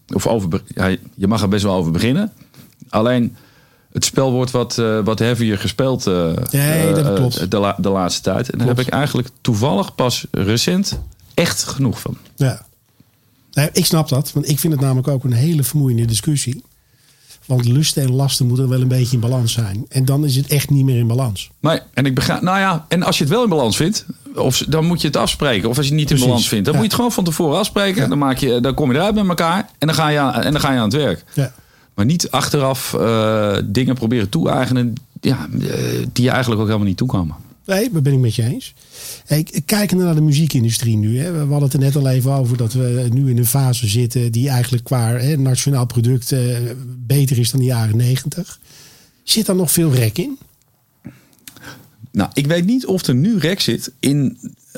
je mag er best wel over beginnen. Alleen het spel wordt wat heavier gespeeld dat klopt. De laatste tijd. En daar heb ik eigenlijk toevallig pas recent echt genoeg van. Ja. Ik snap dat. Want ik vind het namelijk ook een hele vermoeiende discussie. Want lusten en lasten moeten wel een beetje in balans zijn. En dan is het echt niet meer in balans. Nee, en ik begrijp. Nou ja, en als je het wel in balans vindt, dan moet je het afspreken. Of als je het niet in balans vindt, dan moet je het gewoon van tevoren afspreken. Ja. Dan kom je eruit met elkaar en dan ga je aan het werk. Ja. Maar niet achteraf dingen proberen toe-eigenen die je eigenlijk ook helemaal niet toekomen. Nee, dat ben ik met je eens. Kijken naar de muziekindustrie nu. Hè. We hadden het er net al even over dat we nu in een fase zitten die eigenlijk qua nationaal product beter is dan de jaren 90. Zit daar nog veel rek in? Nou, ik weet niet of er nu rek zit in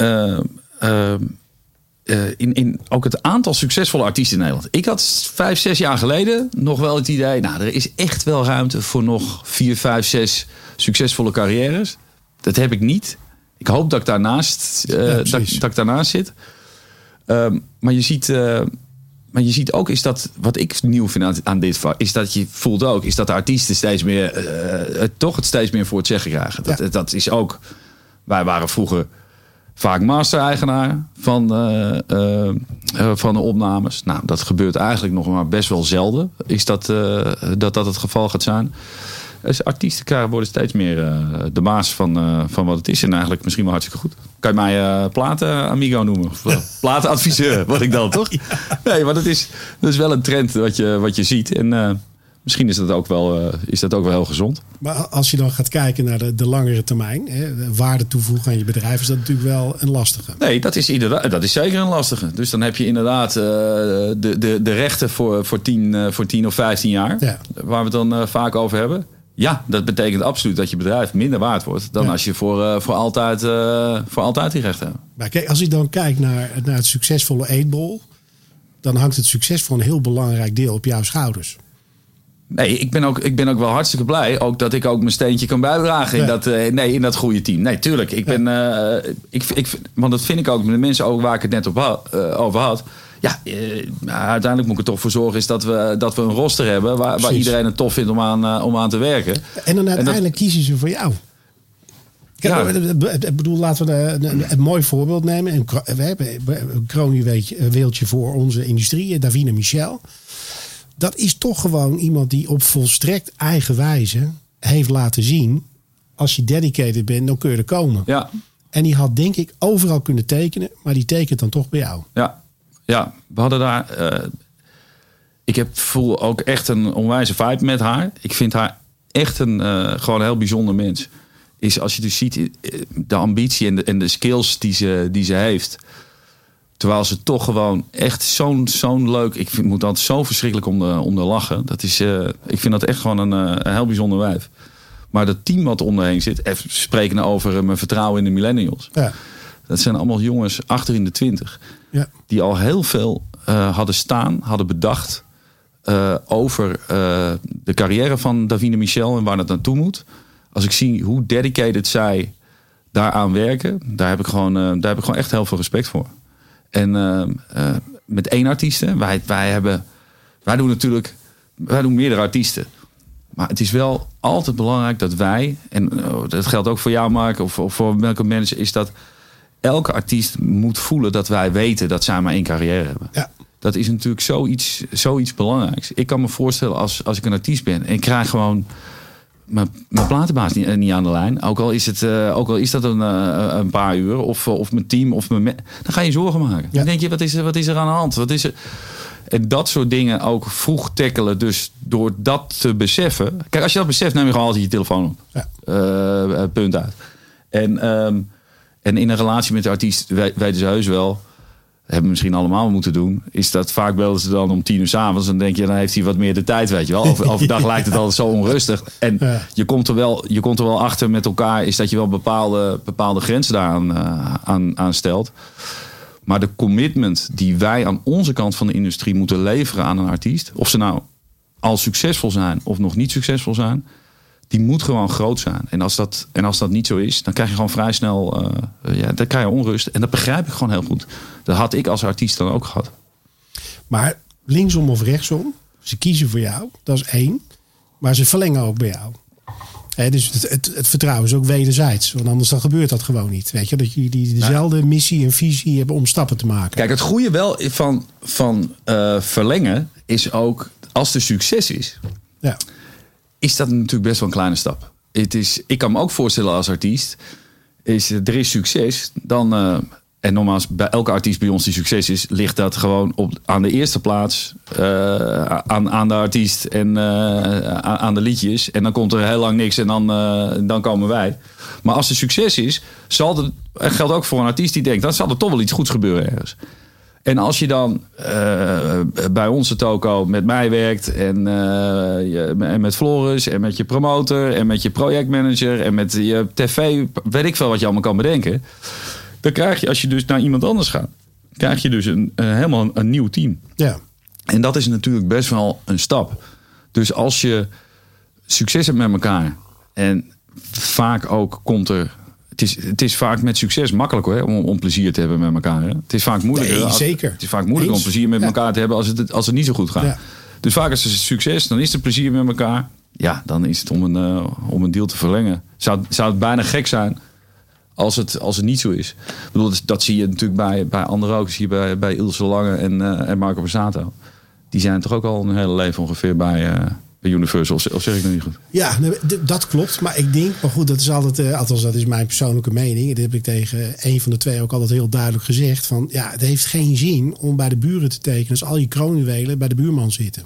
ook het aantal succesvolle artiesten in Nederland. Ik had 5-6 jaar geleden nog wel het idee, er is echt wel ruimte voor nog 4, 5, 6 succesvolle carrières. Dat heb ik niet. Ik hoop dat ik daarnaast, dat ik daarnaast zit. Maar je ziet ook, is dat wat ik nieuw vind aan dit vak, is dat je voelt ook, is dat de artiesten steeds meer het steeds meer voor het zeggen krijgen. Dat is ook. Wij waren vroeger vaak master-eigenaar van de opnames. Nou, dat gebeurt eigenlijk nog maar best wel zelden. Is dat het geval gaat zijn. Dus artiesten worden steeds meer de baas van wat het is. En eigenlijk misschien wel hartstikke goed. Kan je mij platen-amigo noemen? Of platenadviseur, word ik dan, toch? Ja. Nee, maar dat is wel een trend wat je ziet. En misschien is dat ook wel heel gezond. Maar als je dan gaat kijken naar de langere termijn, de waarde toevoegen aan je bedrijf, is dat natuurlijk wel een lastige. Nee, dat is zeker een lastige. Dus dan heb je inderdaad de rechten voor 10 of 15 jaar, waar we het dan vaak over hebben. Ja, dat betekent absoluut dat je bedrijf minder waard wordt dan als je voor altijd die rechten hebt. Maar kijk, als je dan kijkt naar het succesvolle eetbol, dan hangt het succes voor een heel belangrijk deel op jouw schouders. Nee, ik ben ook wel hartstikke blij ook dat ik ook mijn steentje kan bijdragen in dat goede team. Nee, tuurlijk. Want dat vind ik ook met de mensen ook waar ik het net over had. Ja, uiteindelijk moet ik er toch voor zorgen is dat we een roster hebben waar iedereen het tof vindt om aan te werken. En dan uiteindelijk kiezen ze voor jou. Ik bedoel, laten we een mooi voorbeeld nemen. We hebben een kroonjuweeltje voor onze industrie, Davina Michel. Dat is toch gewoon iemand die op volstrekt eigen wijze heeft laten zien, als je dedicated bent, dan kun je er komen. Ja. En die had denk ik overal kunnen tekenen. Maar die tekent dan toch bij jou. Ja, we hadden daar... ik voel ook echt een onwijze vibe met haar. Ik vind haar echt gewoon een heel bijzonder mens. Is als je dus ziet de ambitie en de skills die ze heeft. Terwijl ze toch gewoon echt zo'n leuk... Ik moet dat zo verschrikkelijk om de lachen. Dat is, ik vind dat echt gewoon een heel bijzonder wijf. Maar dat team wat om me heen zit... Even spreken over mijn vertrouwen in de millennials. Ja. Dat zijn allemaal jongens achter in de 20. Ja. Die al heel veel hadden bedacht... over de carrière van Davina Michel en waar dat naartoe moet. Als ik zie hoe dedicated zij daaraan werken... Daar heb ik gewoon echt heel veel respect voor. En met één artiest, hè, wij doen meerdere artiesten. Maar het is wel altijd belangrijk dat wij... en dat geldt ook voor jou, Mark, of voor welke mensen... is dat elke artiest moet voelen dat wij weten dat zij maar één carrière hebben. Ja. Dat is natuurlijk zoiets belangrijks. Ik kan me voorstellen als ik een artiest ben... en ik krijg gewoon mijn platenbaas niet aan de lijn... ook al is dat een paar uur... of mijn team, dan ga je zorgen maken. Ja. Dan denk je, wat is er aan de hand? Wat is er... En dat soort dingen ook vroeg tackelen. Dus door dat te beseffen... Kijk, als je dat beseft, neem je gewoon altijd je telefoon op. Ja. Punt uit. En in een relatie met de artiest weten ze heus wel... hebben we misschien allemaal moeten doen... is dat vaak belden ze dan om 10:00 s'avonds... en dan denk je, dan heeft hij wat meer de tijd, weet je wel. Overdag lijkt het altijd zo onrustig. En je komt er wel achter met elkaar... is dat je wel bepaalde grenzen daar aan stelt. Maar de commitment die wij aan onze kant van de industrie... moeten leveren aan een artiest... of ze nou al succesvol zijn of nog niet succesvol zijn... die moet gewoon groot zijn. En als dat niet zo is, dan krijg je gewoon vrij snel... dan krijg je onrust. En dat begrijp ik gewoon heel goed. Dat had ik als artiest dan ook gehad. Maar linksom of rechtsom, ze kiezen voor jou. Dat is één. Maar ze verlengen ook bij jou. Dus het vertrouwen is ook wederzijds. Want anders dan gebeurt dat gewoon niet. Weet je, dat jullie dezelfde missie en visie hebben om stappen te maken. Kijk, het goede wel van verlengen is ook... als er succes is... Ja. Is dat natuurlijk best wel een kleine stap. Ik kan me ook voorstellen als artiest... er is succes, dan... en nogmaals, bij elke artiest bij ons die succes is... ligt dat gewoon aan de eerste plaats... aan de artiest en aan de liedjes. En dan komt er heel lang niks en dan komen wij. Maar als er succes is... geldt ook voor een artiest die denkt... dan zal er toch wel iets goeds gebeuren ergens. En als je dan bij onze toko met mij werkt... en met Floris en met je promotor... en met je projectmanager en met je tv... weet ik veel wat je allemaal kan bedenken... dan krijg je, als je dus naar iemand anders gaat... krijg je dus helemaal een nieuw team. Ja. En dat is natuurlijk best wel een stap. Dus als succes hebt met elkaar... en vaak ook komt er... Het is vaak met succes makkelijk hoor, om plezier te hebben met elkaar. Hè? Het is vaak moeilijker. Nee, zeker. Het is vaak moeilijker om plezier met elkaar te hebben als het niet zo goed gaat. Ja. Dus vaak is het succes, dan is er plezier met elkaar. Ja, dan is het om een deal te verlengen. Zou het bijna gek zijn als het niet zo is. Ik bedoel, dat zie je natuurlijk bij anderen ook. Dat zie je bij Ilse Lange en Marco Borsato. Die zijn toch ook al een hele leven ongeveer bij Universal, of zeg ik dat niet goed? Ja, dat klopt. Maar ik denk, maar goed, dat is altijd, althans dat is mijn persoonlijke mening. Dat heb ik tegen een van de twee ook altijd heel duidelijk gezegd. Van ja, het heeft geen zin om bij de buren te tekenen als al je kroonjuwelen bij de buurman zitten.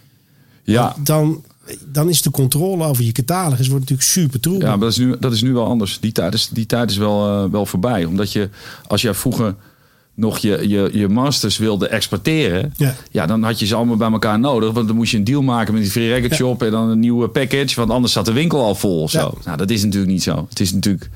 Ja. Dan is de controle over je catalogus wordt natuurlijk super troebel. Ja, maar dat is nu wel anders. Die tijd is wel voorbij. Omdat als jij vroeger nog je masters wilde exporteren... Ja, dan had je ze allemaal bij elkaar nodig. Want dan moest je een deal maken met die Free Record Shop... en dan een nieuwe package, want anders zat de winkel al vol of zo. Ja. Nou, dat is natuurlijk niet zo. Het is natuurlijk...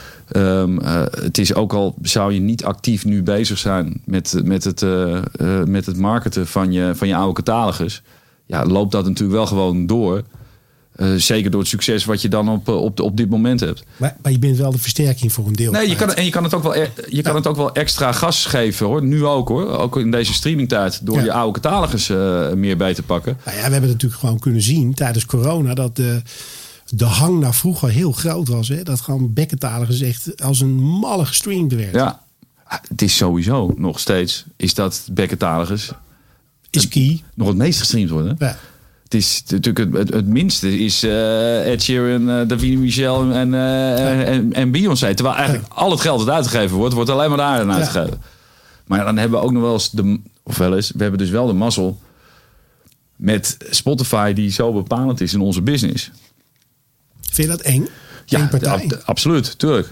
het is ook al zou je niet actief nu bezig zijn met het marketen van je oude catalogus... Ja, loopt dat natuurlijk wel gewoon door... zeker door het succes wat je dan op dit moment hebt. Maar je bent wel de versterking voor een deel. Nee, je kan het ook wel extra gas geven hoor. Nu ook hoor. Ook in deze streamingtijd. Door je oude catalogus meer bij te pakken. Nou ja, we hebben natuurlijk gewoon kunnen zien tijdens corona... dat de hang naar vroeger heel groot was. Hè? Dat gewoon backcatalogus echt als een malle gestreamd werd. Ja, het is sowieso nog steeds... is dat backcatalogus... is key. Nog het meest gestreamd worden. Ja. Het is natuurlijk het minste is Ed Sheeran, Davina Michel en Beyoncé. Terwijl eigenlijk al het geld dat uitgegeven wordt alleen maar daarin uitgegeven. Maar dan hebben we ook nog wel eens, we hebben dus wel de mazzel met Spotify die zo bepalend is in onze business. Vind je dat eng? Ja, absoluut. Tuurlijk.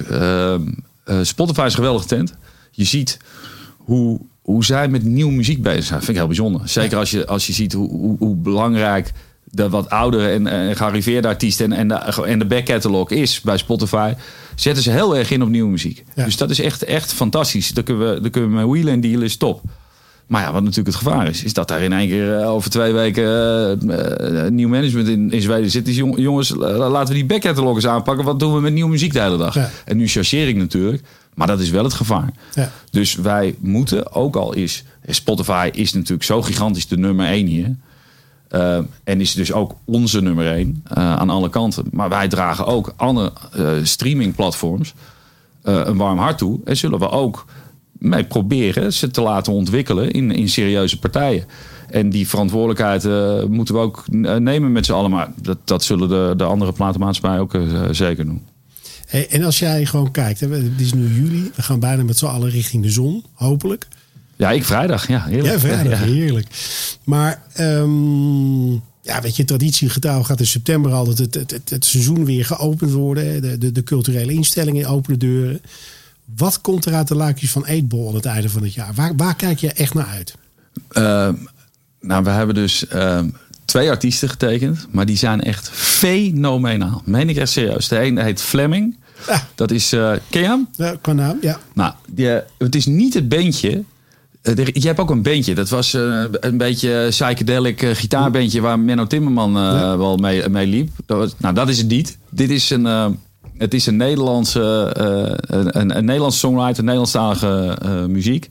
Spotify is een geweldige tent. Je ziet hoe zij met nieuwe muziek bezig zijn. Dat vind ik heel bijzonder. Zeker als je ziet hoe belangrijk de wat oudere en gearriveerde artiesten en de backcatalog is bij Spotify. Zetten ze heel erg in op nieuwe muziek. Ja. Dus dat is echt fantastisch. Daar kunnen we met wheelen en dealen, is top. Maar ja, wat natuurlijk het gevaar is dat daar in één keer over 2 weken nieuw management in Zweden zit. Dus jongens, laten we die backcatalog eens aanpakken. Wat doen we met nieuwe muziek de hele dag? Ja. En nu chargeer ik natuurlijk. Maar dat is wel het gevaar. Ja. Dus wij moeten, ook al is Spotify is natuurlijk zo gigantisch de nummer 1 hier. En is dus ook onze nummer 1 aan alle kanten. Maar wij dragen ook andere streamingplatforms een warm hart toe. En zullen we ook mee proberen ze te laten ontwikkelen in serieuze partijen. En die verantwoordelijkheid moeten we ook nemen met z'n allen. Maar dat zullen de andere platenmaatschappijen ook zeker doen. Hey, en als jij gewoon kijkt, het is nu juli. We gaan bijna met z'n allen richting de zon, hopelijk. Ja, ik vrijdag. Ja, heerlijk. Ja, vrijdag, heerlijk. Maar weet je, traditiegetrouw gaat in september al het seizoen weer geopend worden. De culturele instellingen openen deuren. Wat komt er uit de luikjes van Eetbol aan het einde van het jaar? Waar kijk je echt naar uit? We hebben dus 2 artiesten getekend. Maar die zijn echt fenomenaal. Meen ik echt serieus. De ene heet Fleming. Ja. Dat is, ken je hem? Ja, qua naam, ja. Nou, het is niet het bandje. Je hebt ook een bandje. Dat was een beetje psychedelic gitaarbandje waar Menno Timmerman wel mee liep. Dat is het niet. Dit is het is een Nederlandse songwriter, een Nederlandstalige muziek.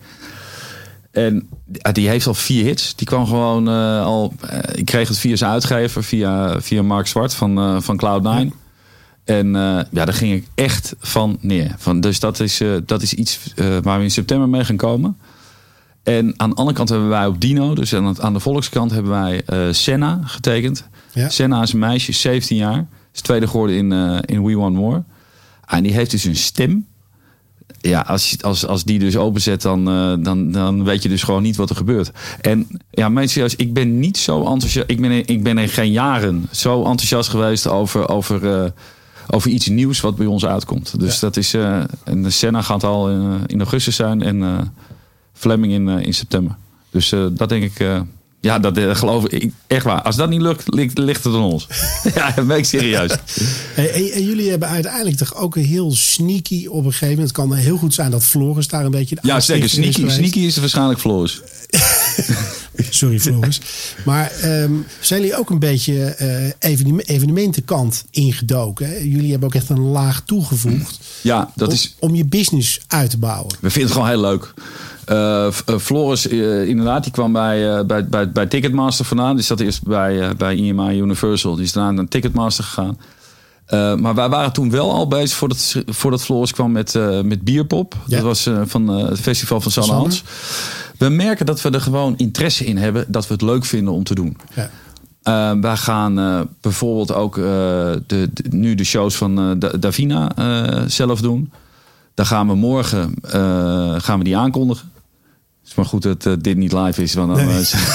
En die heeft al 4 hits. Die kwam gewoon ik kreeg het via zijn uitgever, via Mark Zwart van Cloud9. Ja. En daar ging ik echt van neer. Dus dat is iets waar we in september mee gaan komen. En aan de andere kant hebben wij op Dino, dus aan de volkskant hebben wij Senna getekend. Ja. Senna is een meisje, 17 jaar. Is tweede geworden in We Want More. En die heeft dus een stem. Ja, als die dus openzet, dan weet je dus gewoon niet wat er gebeurt. En ja, mensen, ik ben niet zo enthousiast. Ik ben in geen jaren zo enthousiast geweest over iets nieuws wat bij ons uitkomt. Dus dat is. En de Senna gaat al in augustus zijn en Fleming in september. Dus dat denk ik. Dat geloof ik echt waar. Als dat niet lukt, ligt het aan ons. Ja, dat ben ik serieus. En jullie hebben uiteindelijk toch ook een heel sneaky op een gegeven moment. Het kan heel goed zijn dat Floris daar een beetje... Ja, zeker. Sneaky is waarschijnlijk Floris. Sorry, Floris. Maar zijn jullie ook een beetje evenementenkant ingedoken? Hè? Jullie hebben ook echt een laag toegevoegd. Ja, dat is... Om je business uit te bouwen. We vinden het gewoon heel leuk. Floris, inderdaad, die kwam bij Ticketmaster vandaan. Die zat eerst bij EMI Universal. Die is daarna naar Ticketmaster gegaan. Maar wij waren toen wel al bezig voordat Floris kwam met Bierpop. Ja. Dat was van het festival van Sanne Hans. We merken dat we er gewoon interesse in hebben. Dat we het leuk vinden om te doen. Ja. Wij gaan bijvoorbeeld ook nu de shows van Davina zelf doen. Dan gaan we morgen die aankondigen. Het is maar goed dat dit niet live is. Want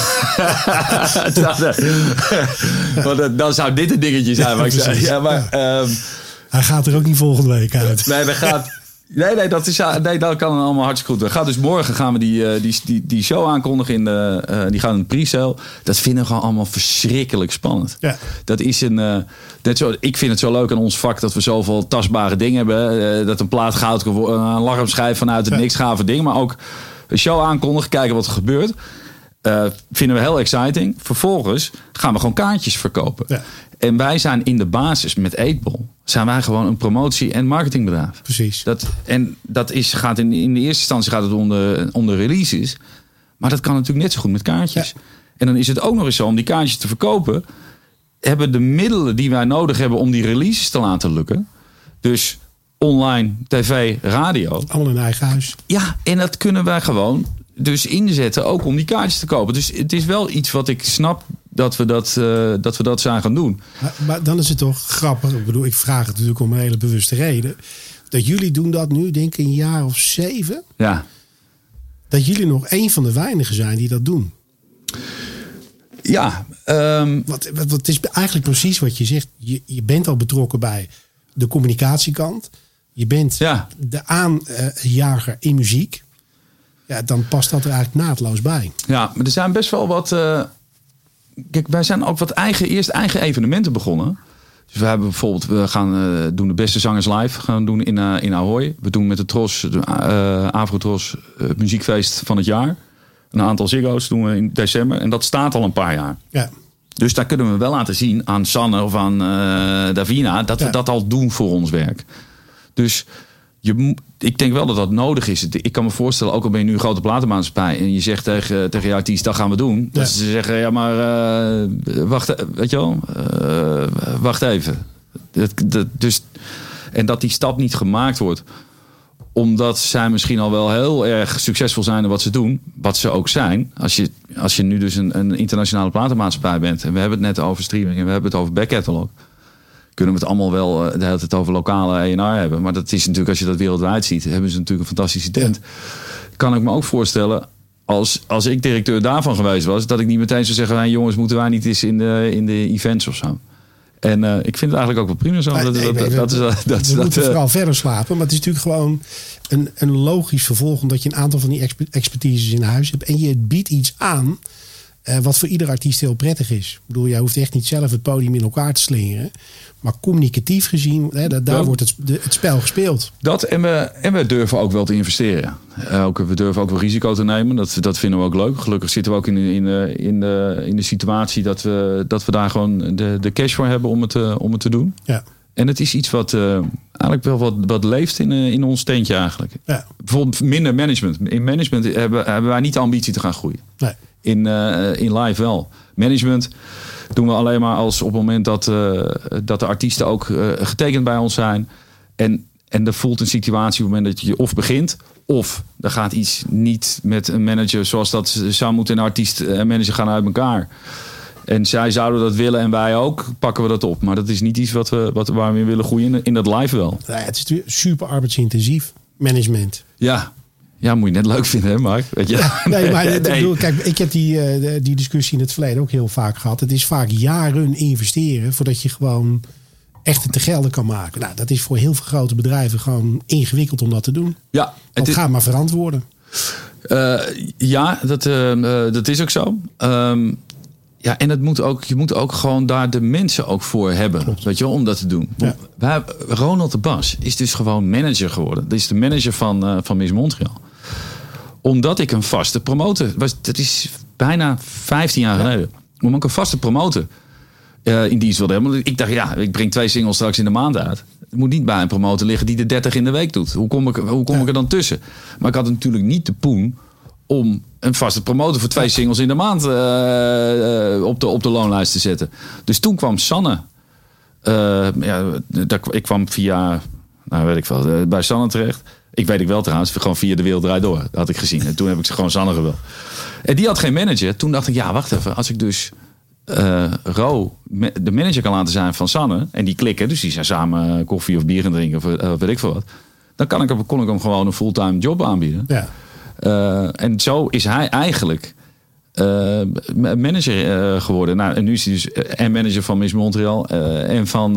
dan zou dit een dingetje zijn. Maar ik zei, ja, maar, hij gaat er ook niet volgende week uit. Nee, dat kan allemaal hartstikke goed. Dus morgen gaan we die show aankondigen. Die gaan in de pre-sale. Dat vinden we gewoon allemaal verschrikkelijk spannend. Ja. Dat is ik vind het zo leuk aan ons vak dat we zoveel tastbare dingen hebben. Dat een plaat goud kan worden, een alarmschijf vanuit het niks gave ding. Maar ook een show aankondigen, kijken wat er gebeurt. Vinden we heel exciting. Vervolgens gaan we gewoon kaartjes verkopen. Ja. En wij zijn in de basis met Eetbol. Zijn wij gewoon een promotie- en marketingbedrijf. Precies. Gaat in de eerste instantie gaat het om de releases. Maar dat kan natuurlijk net zo goed met kaartjes. Ja. En dan is het ook nog eens zo om die kaartjes te verkopen. Hebben de middelen die wij nodig hebben om die releases te laten lukken. Dus online, tv, radio. Allemaal in eigen huis. Ja, en dat kunnen wij gewoon dus inzetten ook om die kaartjes te kopen. Dus het is wel iets wat ik snap dat we dat zijn gaan doen. Maar dan is het toch grappig. Ik bedoel, ik vraag het natuurlijk om een hele bewuste reden. Dat jullie doen dat nu, denk ik, een jaar of 7. Ja. Dat jullie nog een van de weinigen zijn die dat doen. Ja. Wat is eigenlijk precies wat je zegt. Je bent al betrokken bij de communicatiekant. Je bent de aanjager in muziek. Ja, dan past dat er eigenlijk naadloos bij. Ja, maar er zijn best wel wat... kijk, wij zijn ook wat eigen evenementen begonnen. Dus we hebben bijvoorbeeld... We gaan doen de beste zangers live. Gaan doen in Ahoy. We doen met de Tros, Afro-Tros, muziekfeest van het jaar. Een aantal Ziggo's doen we in december. En dat staat al een paar jaar. Ja. Dus daar kunnen we wel laten zien aan Sanne of aan Davina... dat we dat al doen voor ons werk. Dus ik denk wel dat dat nodig is. Ik kan me voorstellen, ook al ben je nu een grote platenmaatschappij... en je zegt tegen je artiest, dat gaan we doen. Ja. Dat ze zeggen, ja maar wacht, weet je wel, wacht even. Dus, en dat die stap niet gemaakt wordt... omdat zij misschien al wel heel erg succesvol zijn in wat ze doen. Wat ze ook zijn. Als je nu dus een internationale platenmaatschappij bent... en we hebben het net over streaming en we hebben het over backcatalog... kunnen we het allemaal wel de hele tijd over lokale A&R hebben. Maar dat is natuurlijk, als je dat wereldwijd ziet... hebben ze natuurlijk een fantastische tent. Ja. Kan ik me ook voorstellen... Als ik directeur daarvan geweest was... dat ik niet meteen zou zeggen... Hey, jongens, moeten wij niet eens in de events of zo? En ik vind het eigenlijk ook wel prima zo. We moeten vooral verder slapen. Maar het is natuurlijk gewoon een logisch vervolg... omdat je een aantal van die expertises in huis hebt... en je biedt iets aan... wat voor ieder artiest heel prettig is. Ik bedoel, jij hoeft echt niet zelf het podium in elkaar te slingeren... Maar communicatief gezien, daar wordt het spel gespeeld. Dat en we durven ook wel te investeren. We durven ook wel risico te nemen. Dat vinden we ook leuk. Gelukkig zitten we ook in de situatie dat we daar gewoon de cash voor hebben om het te doen. Ja. En het is iets wat eigenlijk wel wat leeft in ons tentje eigenlijk. Ja. Bijvoorbeeld minder management. In management hebben wij niet de ambitie te gaan groeien. Nee. In live wel. Management doen we alleen maar als op het moment dat de artiesten ook getekend bij ons zijn. En er voelt een situatie op het moment dat je of begint... of er gaat iets niet met een manager zoals dat zou moeten. Een artiest en manager gaan uit elkaar. En zij zouden dat willen en wij ook, pakken we dat op. Maar dat is niet iets waar we in willen groeien. In dat live wel. Ja, het is super arbeidsintensief management. Ja, moet je net leuk vinden, hè Mark? Weet je? Ja, nee, maar ik bedoel, kijk, ik heb die discussie in het verleden ook heel vaak gehad. Het is vaak jaren investeren voordat je gewoon echt het te gelden kan maken. Nou, dat is voor heel veel grote bedrijven gewoon ingewikkeld om dat te doen. Ja, het gaat maar verantwoorden. Dat is ook zo. Ja, en je moet ook gewoon daar de mensen ook voor hebben. Klopt. Weet je wel, om dat te doen. Ja. Ronald de Bas is dus gewoon manager geworden. Dat is de manager van Miss Montreal. Omdat ik een vaste promotor was. Dat is bijna 15 jaar geleden. Omdat ik een vaste promotor in dienst wilde hebben. Ik dacht, ik breng 2 singles straks in de maand uit. Het moet niet bij een promotor liggen die de 30 in de week doet. Hoe kom ik er dan tussen? Maar ik had natuurlijk niet de poen om een vaste promotor voor 2 singles in de maand op de loonlijst te zetten. Dus toen kwam Sanne. Ik kwam via, weet ik veel, bij Sanne terecht. Ik weet wel trouwens, gewoon via De Wereld Draait Door. Dat had ik gezien. En toen heb ik ze gewoon Sanne geweld. En die had geen manager. Toen dacht ik, wacht even. Als ik dus Ro de manager kan laten zijn van Sanne. En die klikken, dus die zijn samen koffie of bier gaan drinken. Of weet ik veel wat. Dan kon ik hem gewoon een fulltime job aanbieden. Ja. En zo is hij eigenlijk manager geworden. Nou, en nu is hij dus en manager van Miss Montreal en van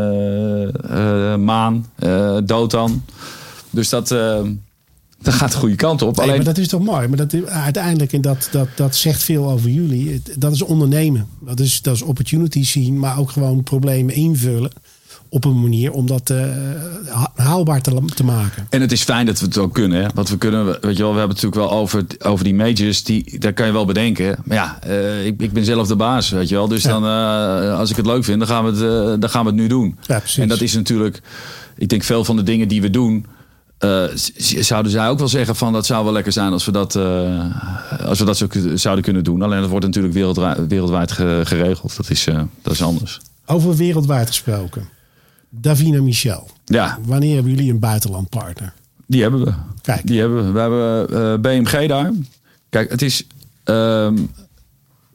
Maan, Dotan. Dus dat gaat de goede kant op. Nee, alleen... maar dat is toch mooi. Maar uiteindelijk, en dat zegt veel over jullie. Dat is ondernemen. Dat is opportunities zien, maar ook gewoon problemen invullen. Op een manier om dat haalbaar te maken. En het is fijn dat we het ook kunnen. Hè? Want we kunnen, weet je wel, we hebben het natuurlijk wel over die majors. Daar kan je wel bedenken. Maar ik ben zelf de baas, weet je wel. Dus dan, als ik het leuk vind, dan gaan we het nu doen. Ja, precies. En dat is natuurlijk, ik denk veel van de dingen die we doen, zouden zij ook wel zeggen van dat zou wel lekker zijn als we dat zo zouden kunnen doen. Alleen dat wordt natuurlijk wereldwijd geregeld. Dat is anders. Over wereldwijd gesproken. Davina Michel. Ja. Wanneer hebben jullie een buitenlandpartner? Die hebben we. Kijk. Die hebben we. We hebben BMG daar. Kijk, het is...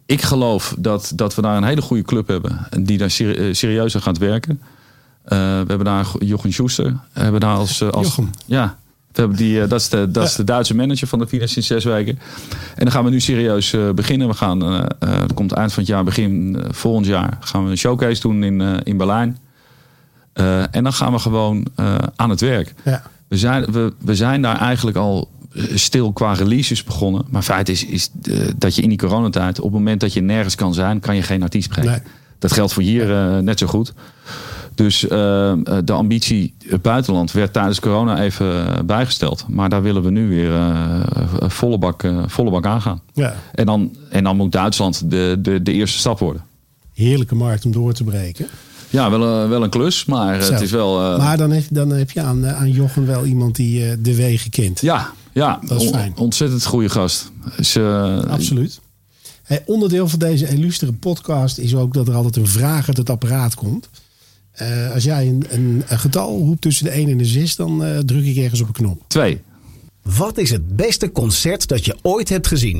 Ik geloof dat we daar een hele goede club hebben. Die daar serieus aan gaat werken. We hebben daar Jochen Schuster. We hebben daar als Jochen. Ja. We hebben dat is de Duitse manager van de FINA sinds 6 weken. En dan gaan we nu serieus beginnen. We gaan, het komt eind van het jaar, begin volgend jaar, gaan we een showcase doen in Berlijn. En dan gaan we gewoon aan het werk. Ja. We zijn daar eigenlijk al stil qua releases begonnen. Maar feit is dat je in die coronatijd, op het moment dat je nergens kan zijn, kan je geen artiest brengen. Nee. Dat geldt voor hier net zo goed. Dus de ambitie het buitenland werd tijdens corona even bijgesteld. Maar daar willen we nu weer volle bak aangaan. Ja. En dan moet Duitsland de eerste stap worden. Heerlijke markt om door te breken. Ja, wel een klus, maar het is wel... Maar dan heb je aan Jochen wel iemand die de wegen kent. Ja, dat is fijn. Ontzettend goede gast. Dus, absoluut. Hey, onderdeel van deze illustere podcast is ook dat er altijd een vraag uit het apparaat komt. Als jij een getal roept tussen de 1 en de 6, dan druk ik ergens op een knop. 2. Wat is het beste concert dat je ooit hebt gezien?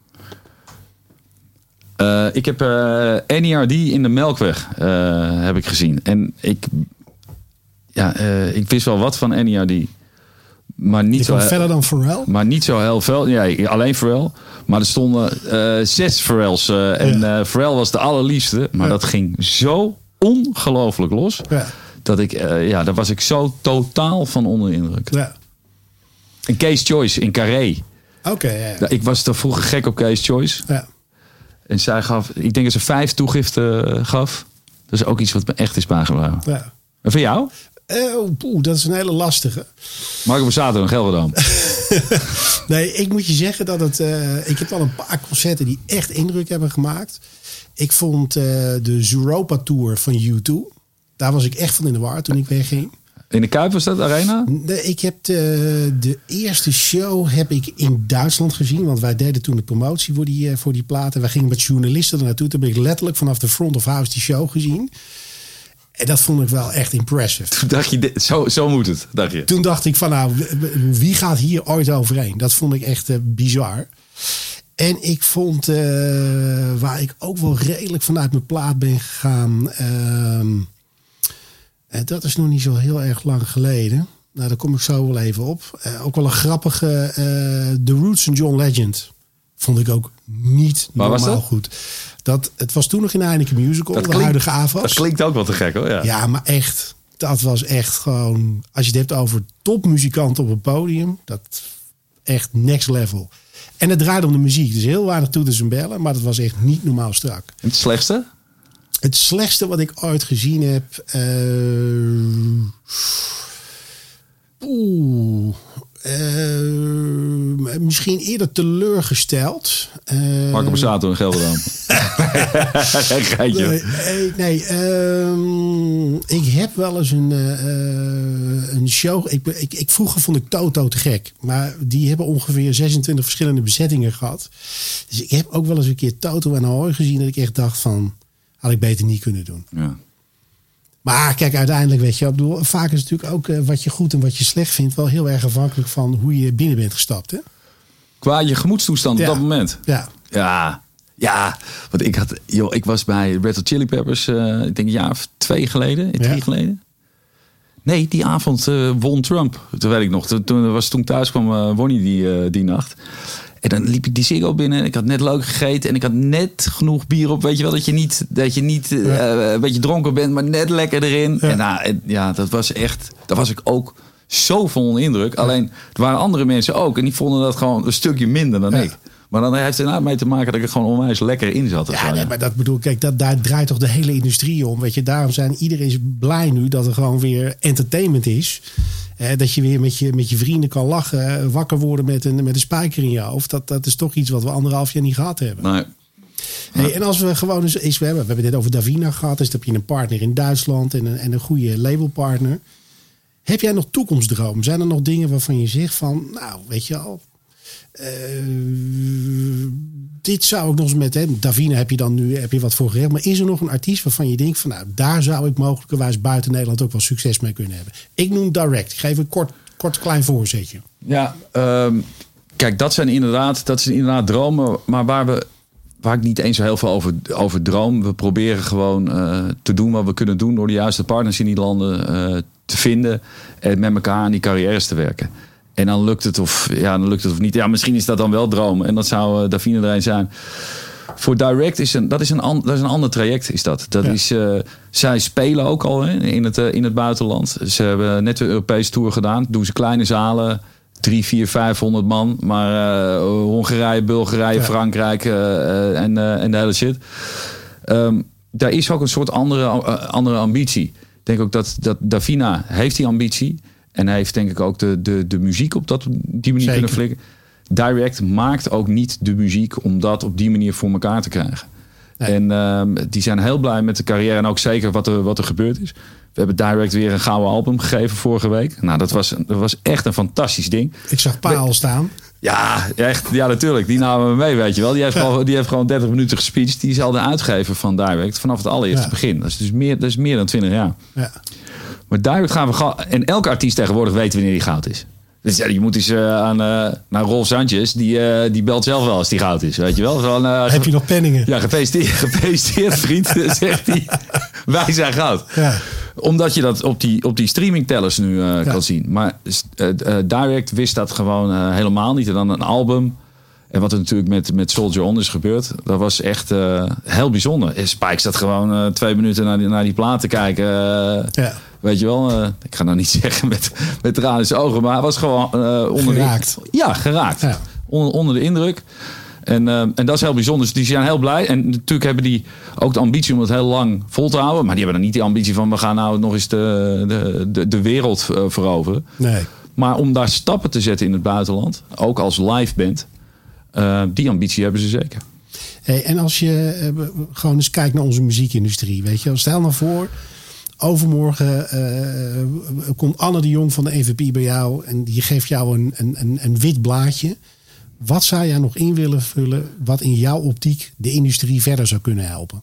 Ik heb NERD in de Melkweg heb ik gezien. En ik wist wel wat van NERD. Maar niet zo verder dan Pharrell? Maar niet zo heel veel. Ja, alleen Pharrell. Maar er stonden 6 Pharrells. En Pharrell was de allerliefste. Maar dat ging zo ongelooflijk los. Ja. Dat daar was ik zo totaal van onder de indruk. Ja. En Case Choice in Carré. Oké. Ik was er vroeger gek op Case Choice. Ja. En zij gaf, ik denk dat ze 5 toegiften gaf. Dat is ook iets wat me echt is bijgebleven. Ja. En voor jou? Dat is een hele lastige. Marco Borsato in Gelredome. Nee, ik moet je zeggen dat ik heb wel een paar concerten die echt indruk hebben gemaakt. Ik vond de Zuropa Tour van U2. Daar was ik echt van in de war toen ik wegging. In de Kuip was dat, de Arena? Nee, ik heb de eerste show heb ik in Duitsland gezien. Want wij deden toen de promotie voor die platen. Wij gingen met journalisten er naartoe. Toen ben ik letterlijk vanaf de front of house die show gezien. En dat vond ik wel echt impressive. Toen dacht je, zo moet het, dacht je? Toen dacht ik van wie gaat hier ooit overheen? Dat vond ik echt bizar. En ik vond, waar ik ook wel redelijk vanuit mijn plaat ben gegaan. Dat is nog niet zo heel erg lang geleden. Nou, daar kom ik zo wel even op. Ook wel een grappige. The Roots en John Legend. Vond ik ook niet normaal goed. Het was toen nog in de Heineken Musical, de huidige AVAS. Dat klinkt ook wel te gek hoor. Ja, maar echt. Dat was echt gewoon. Als je het hebt over topmuzikanten op een podium. Dat echt next level. En het draaide om de muziek. Dus heel weinig toeters en bellen. Maar dat was echt niet normaal strak. En het slechtste? Het slechtste wat ik ooit gezien heb. Misschien eerder teleurgesteld. Marco Borsato in Gelredome. Nee. Ik heb wel eens een show. Vroeger vond ik Toto te gek. Maar die hebben ongeveer 26 verschillende bezettingen gehad. Dus ik heb ook wel eens een keer Toto en Ahoy gezien. Dat ik echt dacht van, had ik beter niet kunnen doen. Ja. Maar kijk, uiteindelijk weet je, ik bedoel, vaak is het natuurlijk ook wat je goed en wat je slecht vindt wel heel erg afhankelijk van hoe je binnen bent gestapt. Hè? Qua je gemoedstoestand op dat moment. Ja. Want ik was bij Red Hot Chili Peppers, ik denk een jaar of 3 geleden. Nee, die avond won Trump. Dat weet ik nog. Toen ik thuis kwam, won hij die nacht. En dan liep ik die Ziggo binnen en ik had net leuk gegeten en ik had net genoeg bier op. Weet je wel, dat je niet een beetje dronken bent, maar net lekker erin. Ja. En dat was echt, daar was ik ook zo vol onder indruk. Alleen, er waren andere mensen ook en die vonden dat gewoon een stukje minder dan ik. Maar dan heeft het inderdaad mee te maken dat ik er gewoon onwijs lekker in zat. Maar dat bedoel ik, kijk, daar draait toch de hele industrie om. Weet je, daarom iedereen is blij nu dat er gewoon weer entertainment is. Dat je weer met je vrienden kan lachen, wakker worden met een spijker in je hoofd. Dat is toch iets wat we 1,5 jaar niet gehad hebben. Nee. Hey, en als we gewoon we hebben dit over Davina gehad. Dus dan heb je een partner in Duitsland en een goede labelpartner. Heb jij nog toekomstdroom? Zijn er nog dingen waarvan je zegt van, nou, weet je al, dit zou ik nog eens met Davina heb je wat voor geregeld. Maar is er nog een artiest waarvan je denkt van, nou, daar zou ik mogelijkerwijs buiten Nederland ook wel succes mee kunnen hebben? Ik noem Direct. Ik geef een kort klein voorzetje. Ja, kijk, dat zijn inderdaad dromen, maar waar we waar ik niet eens zo heel veel over droom. We proberen gewoon te doen wat we kunnen doen door de juiste partners in die landen te vinden en met elkaar aan die carrières te werken. En dan lukt het of niet. Ja, misschien is dat dan wel droom. En dat zou Davina er een zijn. Voor Direct dat is een ander traject. Is dat. Zij spelen ook al in het buitenland. Ze hebben net de Europese Tour gedaan. Doen ze kleine zalen. 300, 400, 500 man. Maar Hongarije, Bulgarije, Frankrijk en de hele shit. Daar is ook een soort andere ambitie. Ik denk ook dat Davina heeft die ambitie. En hij heeft denk ik ook de muziek op die manier kunnen flikken. Direct maakt ook niet de muziek om dat op die manier voor elkaar te krijgen. Nee. En die zijn heel blij met de carrière en ook zeker wat er gebeurd is. We hebben Direct weer een gouden album gegeven vorige week. Nou, dat was echt een fantastisch ding. Ik zag Paal staan. Ja, echt. Ja, natuurlijk. Die namen we mee, weet je wel. Die heeft gewoon 30 minuten gespeecht. Die is al de uitgever van Direct vanaf het allereerste begin. Dat is meer dan 20 jaar. Ja. Maar Direct gaan we... En elke artiest tegenwoordig weet wanneer die goud is. Dus ja, je moet eens naar Rolf Sanchez. Die belt zelf wel als die goud is. Weet je wel? Heb je nog penningen? Ja, gefeliciteerd vriend. Zegt hij. Wij zijn goud. Ja. Omdat je dat op die streamingtellers nu kan zien. Maar Direct wist dat gewoon helemaal niet. En dan een album. En wat er natuurlijk met Soldier On is gebeurd. Dat was echt heel bijzonder. Spike zat gewoon 2 minuten naar die plaat te kijken. Weet je wel, ik ga nou niet zeggen met tranen in zijn ogen, maar hij was gewoon geraakt. Geraakt. Ja. Onder de indruk. En dat is heel bijzonder. Dus die zijn heel blij. En natuurlijk hebben die ook de ambitie om het heel lang vol te houden. Maar die hebben dan niet die ambitie van we gaan nou nog eens de wereld veroveren. Nee. Maar om daar stappen te zetten in het buitenland, ook als live band, die ambitie hebben ze zeker. Hey, en als je gewoon eens kijkt naar onze muziekindustrie, weet je, stel nou voor, overmorgen komt Anne de Jong van de EVP bij jou en die geeft jou een wit blaadje. Wat zou jij nog in willen vullen wat in jouw optiek de industrie verder zou kunnen helpen?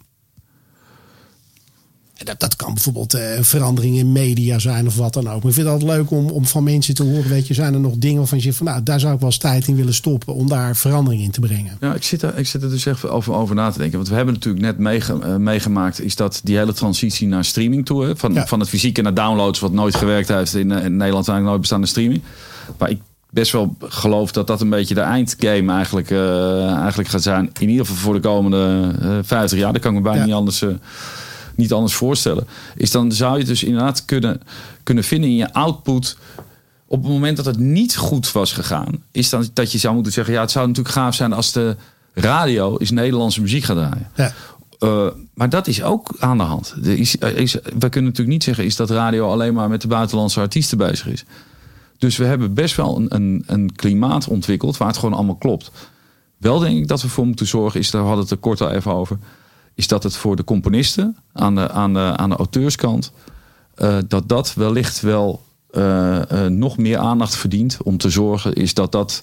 Dat kan bijvoorbeeld een verandering in media zijn of wat dan ook. Maar ik vind het altijd leuk om van mensen te horen. Weet je, zijn er nog dingen waarvan je zegt van nou, daar zou ik wel eens tijd in willen stoppen om daar verandering in te brengen? Ja, ik zit er dus echt over na te denken. Want we hebben natuurlijk net meegemaakt is dat die hele transitie naar streaming toe. Hè? Van het fysieke naar downloads, wat nooit gewerkt heeft in Nederland, eigenlijk nooit bestaande streaming. Maar ik best wel geloof dat een beetje de eindgame eigenlijk gaat zijn. In ieder geval voor de komende 50 jaar. Dat kan ik me bijna niet anders voorstellen. Is dan zou je dus inderdaad kunnen vinden in je output. Op het moment dat het niet goed was gegaan, is dan dat je zou moeten zeggen, ja, het zou natuurlijk gaaf zijn als de radio is Nederlandse muziek gaat draaien. Ja. Maar dat is ook aan de hand. We kunnen natuurlijk niet zeggen is dat radio alleen maar met de buitenlandse artiesten bezig is. Dus we hebben best wel een klimaat ontwikkeld waar het gewoon allemaal klopt. Wel denk ik dat we voor moeten zorgen, daar hadden we het er kort al even over, is dat het voor de componisten aan de auteurskant dat wellicht wel nog meer aandacht verdient om te zorgen is dat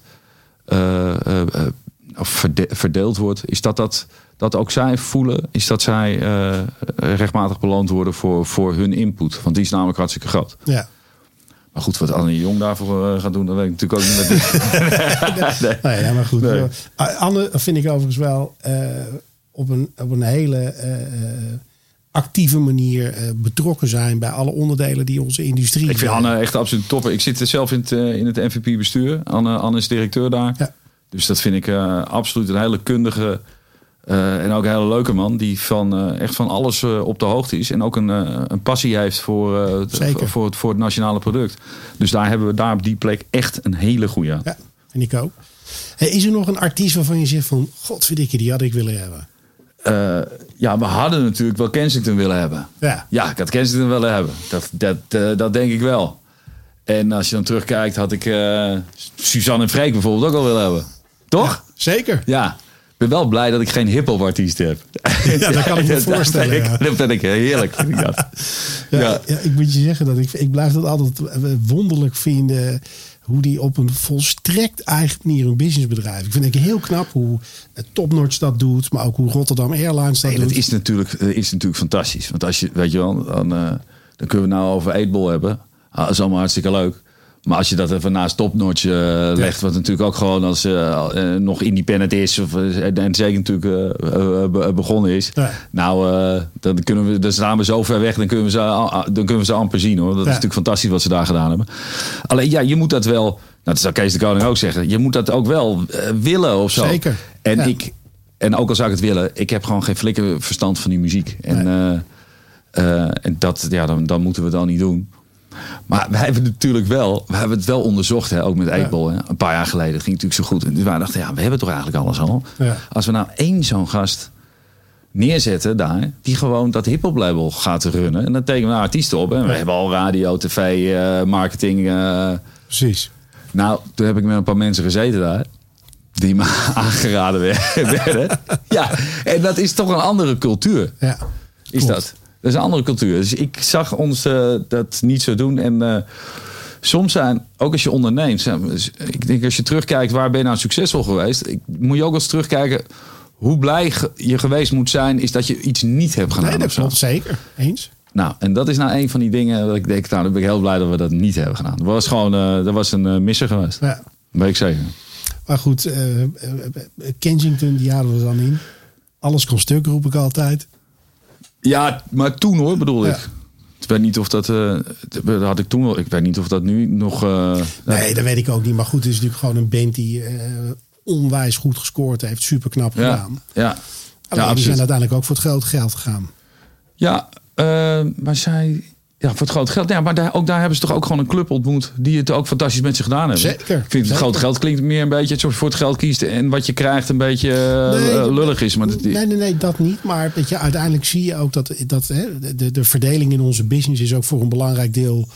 verdeeld wordt. Is dat ook zij voelen, is dat zij rechtmatig beloond worden voor hun input. Want die is namelijk hartstikke groot. Ja. Maar goed, wat Anne de Jong daarvoor gaat doen, dat weet ik natuurlijk ook niet. Nee, ja, maar goed. Nee. Anne vind ik overigens wel op een hele actieve manier betrokken zijn bij alle onderdelen die onze industrie. Ik vind Anne echt absoluut topper. Ik zit zelf in het MVP-bestuur. Anne is directeur daar. Ja. Dus dat vind ik absoluut een hele kundige en ook een hele leuke man. Die echt van alles op de hoogte is. En ook een passie heeft voor het nationale product. Dus daar hebben we daar op die plek echt een hele goede aan. Ja, vind ik ook. Hey, is er nog een artiest waarvan je zegt van godverdikke, die had ik willen hebben? Ja, we hadden natuurlijk wel Kensington willen hebben. Ja, ik had Kensington willen hebben. Dat denk ik wel. En als je dan terugkijkt, had ik Suzanne en Freek bijvoorbeeld ook al willen hebben. Toch? Ja, zeker. Ja. Ik ben wel blij dat ik geen hip-hop artiest heb. Ja, dat kan ik me voorstellen. Dat vind ik heerlijk. Ja, ik moet je zeggen dat ik blijf dat altijd wonderlijk vinden. Hoe die op een volstrekt eigen manier een businessbedrijf. Ik vind het heel knap hoe Topnotch dat doet. Maar ook hoe Rotterdam Airlines dat doet. Dat is natuurlijk fantastisch. Want als je, weet je wel, dan kunnen we nou over Eatbol hebben. Dat is allemaal hartstikke leuk. Maar als je dat even naast Topnotch legt, wat natuurlijk ook gewoon als nog independent is, en zeker natuurlijk begonnen is. Ja. Nou, dan staan we zo ver weg, dan kunnen we ze amper zien, hoor. Dat is natuurlijk fantastisch wat ze daar gedaan hebben. Alleen ja, je moet dat wel, nou, dat zou Kees de Koning ook zeggen, je moet dat ook wel willen of zo. Zeker. En ook al zou ik het willen, ik heb gewoon geen flikker verstand van die muziek. En dat, dan moeten we het dan niet doen. Maar wij hebben het wel onderzocht, hè, ook met Eekbol. Hè. Een paar jaar geleden, dat ging natuurlijk zo goed. En dus wij dachten, we hebben toch eigenlijk alles al. Ja. Als we nou 1 zo'n gast neerzetten daar, die gewoon dat hip-hop label gaat runnen. En dan tekenen we artiesten op. En we hebben al radio, tv, marketing. Precies. Nou, toen heb ik met een paar mensen gezeten daar, die me aangeraden werden. Ja, en dat is toch een andere cultuur. Ja, is dat. Dat is een andere cultuur. Dus ik zag ons dat niet zo doen. En soms zijn, ook als je onderneemt, ik denk als je terugkijkt, waar ben je nou succesvol geweest? Moet je ook eens terugkijken hoe blij je geweest moet zijn, is dat je iets niet hebt gedaan. Nee, dat klopt zeker. Eens. Nou, en dat is nou een van die dingen dat ik denk, nou, dan ben ik heel blij dat we dat niet hebben gedaan. Dat was een misser geweest. Ja. Dat weet ik zeker. Maar goed, Kensington, die hadden we dan in. Alles kon stuk, roep ik altijd. Ja, maar toen hoor, bedoel ik. Ik weet niet of dat had ik toen wel. Ik weet niet of dat nu nog. Nee, dat weet ik ook niet. Maar goed, het is natuurlijk gewoon een band die onwijs goed gescoord heeft. Super knap gedaan. Ja. Alleen, die zijn uiteindelijk ook voor het grote geld gegaan. Ja, maar zij. Ja, voor het grote geld. Ja, maar daar hebben ze toch ook gewoon een club ontmoet die het ook fantastisch met ze gedaan hebben. Zeker. Ik vind het grote geld klinkt meer een beetje alsof je voor het geld kiest en wat je krijgt een beetje lullig is. Maar nee, dat niet. Maar weet je, uiteindelijk zie je ook dat de verdeling in onze business is ook voor een belangrijk deel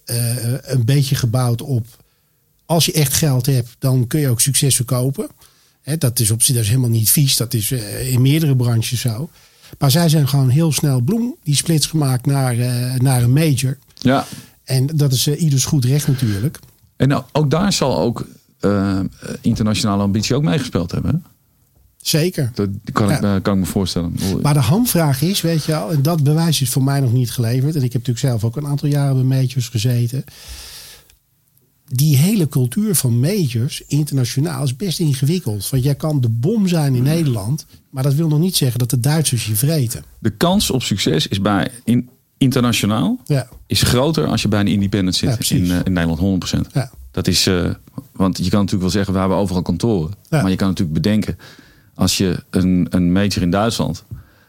een beetje gebouwd op. Als je echt geld hebt, dan kun je ook succes verkopen. Dat is helemaal niet vies. Dat is in meerdere branches zo. Maar zij zijn gewoon heel snel die splits gemaakt naar een major. Ja. En dat is ieders goed recht natuurlijk. En nou, ook daar zal ook internationale ambitie ook meegespeeld hebben. Hè? Zeker. Dat kan ik me voorstellen. Maar de hamvraag is, weet je al, en dat bewijs is voor mij nog niet geleverd. En ik heb natuurlijk zelf ook een aantal jaren bij majors gezeten. Die hele cultuur van majors internationaal is best ingewikkeld. Want jij kan de bom zijn in Nederland, maar dat wil nog niet zeggen dat de Duitsers je vreten. De kans op succes is bij internationaal is groter als je bij een independent zit in Nederland 100%. Ja. Dat is, want je kan natuurlijk wel zeggen, we hebben overal kantoren. Ja. Maar je kan natuurlijk bedenken, als je een major in Duitsland,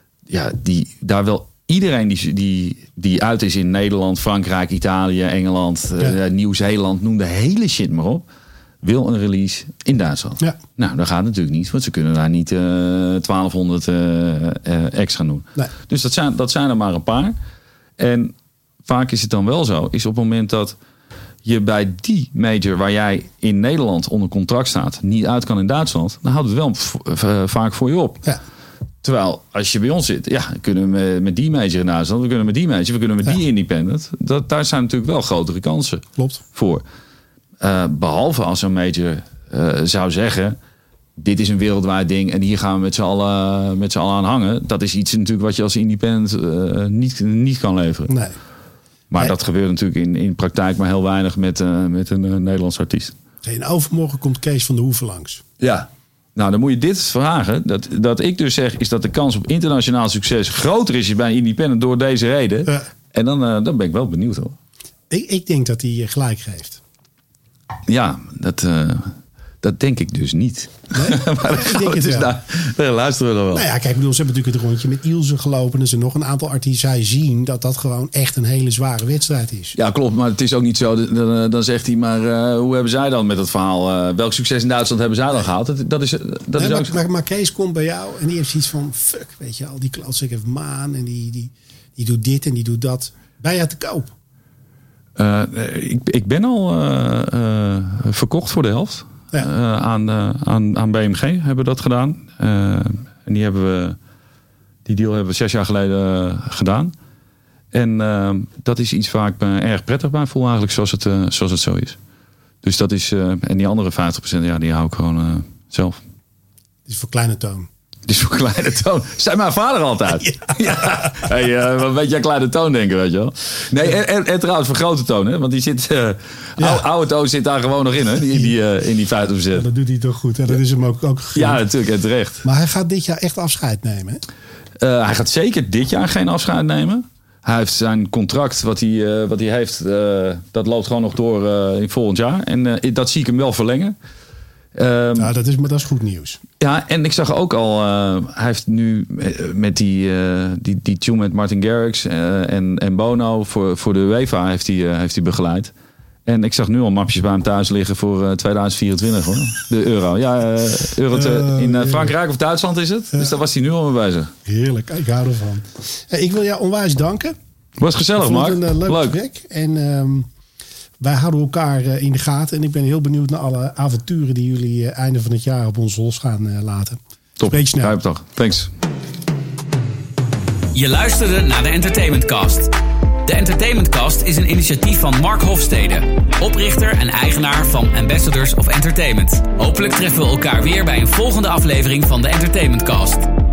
daar wel iedereen die uit is in Nederland, Frankrijk, Italië, Engeland, Nieuw-Zeeland, noem de hele shit maar op, wil een release in Duitsland. Ja. Nou, dat gaat natuurlijk niet, want ze kunnen daar niet 1200 extra doen. Nee. Dus dat zijn er maar een paar. En vaak is het dan wel zo, is op het moment dat je bij die major waar jij in Nederland onder contract staat niet uit kan in Duitsland, dan houdt het wel vaak voor je op. Ja. Terwijl als je bij ons zit, kunnen we met die major in Duitsland, we kunnen met die major, we kunnen met die independent. Daar zijn natuurlijk wel grotere kansen voor. Behalve als een major zou zeggen, dit is een wereldwijd ding en hier gaan we met z'n allen aan hangen. Dat is iets natuurlijk wat je als independent niet kan leveren. Nee. Maar dat gebeurt natuurlijk in praktijk maar heel weinig met een Nederlands artiest. En overmorgen komt Kees van der Hoeven langs. Ja. Nou, dan moet je dit vragen. Dat ik dus zeg, is dat de kans op internationaal succes groter is bij een independent door deze reden. Ja. En dan ben ik wel benieuwd hoor. Ik denk dat hij gelijk geeft. Ja, dat denk ik dus niet. Nee? Maar daar luisteren we dan wel. Nou ja, kijk, ze hebben natuurlijk het rondje met Ilse gelopen. Er zijn nog een aantal artiesten. Zij zien dat gewoon echt een hele zware wedstrijd is. Ja, klopt. Maar het is ook niet zo. Dan zegt hij, maar hoe hebben zij dan met het verhaal? Welk succes in Duitsland hebben zij dan gehaald? Dat is ook... maar Kees komt bij jou en die heeft iets van, fuck, weet je al, die klootzak heeft Maan en die doet dit en die doit dat. Ben jij te koop? Ik ben al verkocht voor de helft. Ja. Aan BMG hebben we dat gedaan. En die deal hebben we 6 jaar geleden gedaan. En dat is iets waar ik me erg prettig bij voel eigenlijk, zoals het zo is. Dus dat is... en die andere 50%, die hou ik gewoon zelf. Het is voor kleine toon. Dus zo'n kleine toon. Zei mijn vader altijd. Ja. Hey, wat weet jij kleine toon denken, weet je wel? Nee, en trouwens voor grote toon, hè? Want die zit... oude toon zit daar gewoon nog in, hè? In die 50%. Ja, dat doet hij toch goed. En dat is hem ook gegund. Ja, natuurlijk. En terecht. Maar hij gaat dit jaar echt afscheid nemen, hè? Hij gaat zeker dit jaar geen afscheid nemen. Hij heeft zijn contract wat hij heeft... dat loopt gewoon nog door in volgend jaar. En dat zie ik hem wel verlengen. Dat is goed nieuws. Ja, en ik zag ook al... hij heeft nu met die tune met Martin Garrix en Bono... voor de UEFA heeft hij begeleid. En ik zag nu al mapjes bij hem thuis liggen voor 2024, hoor. De euro. Ja, in Frankrijk of Duitsland is het. Ja. Dus daar was hij nu al mee bezig. Heerlijk, ik hou ervan. Ik wil jou onwijs danken. Was gezellig, Mark. Een leuk gesprek. En wij houden elkaar in de gaten. En ik ben heel benieuwd naar alle avonturen die jullie einde van het jaar op ons los gaan laten. Top. Spreek snel. Rijp toch. Thanks. Je luisterde naar de Entertainment Cast. De Entertainment Cast is een initiatief van Mark Hofstede, oprichter en eigenaar van Ambassadors of Entertainment. Hopelijk treffen we elkaar weer bij een volgende aflevering van de Entertainment Cast.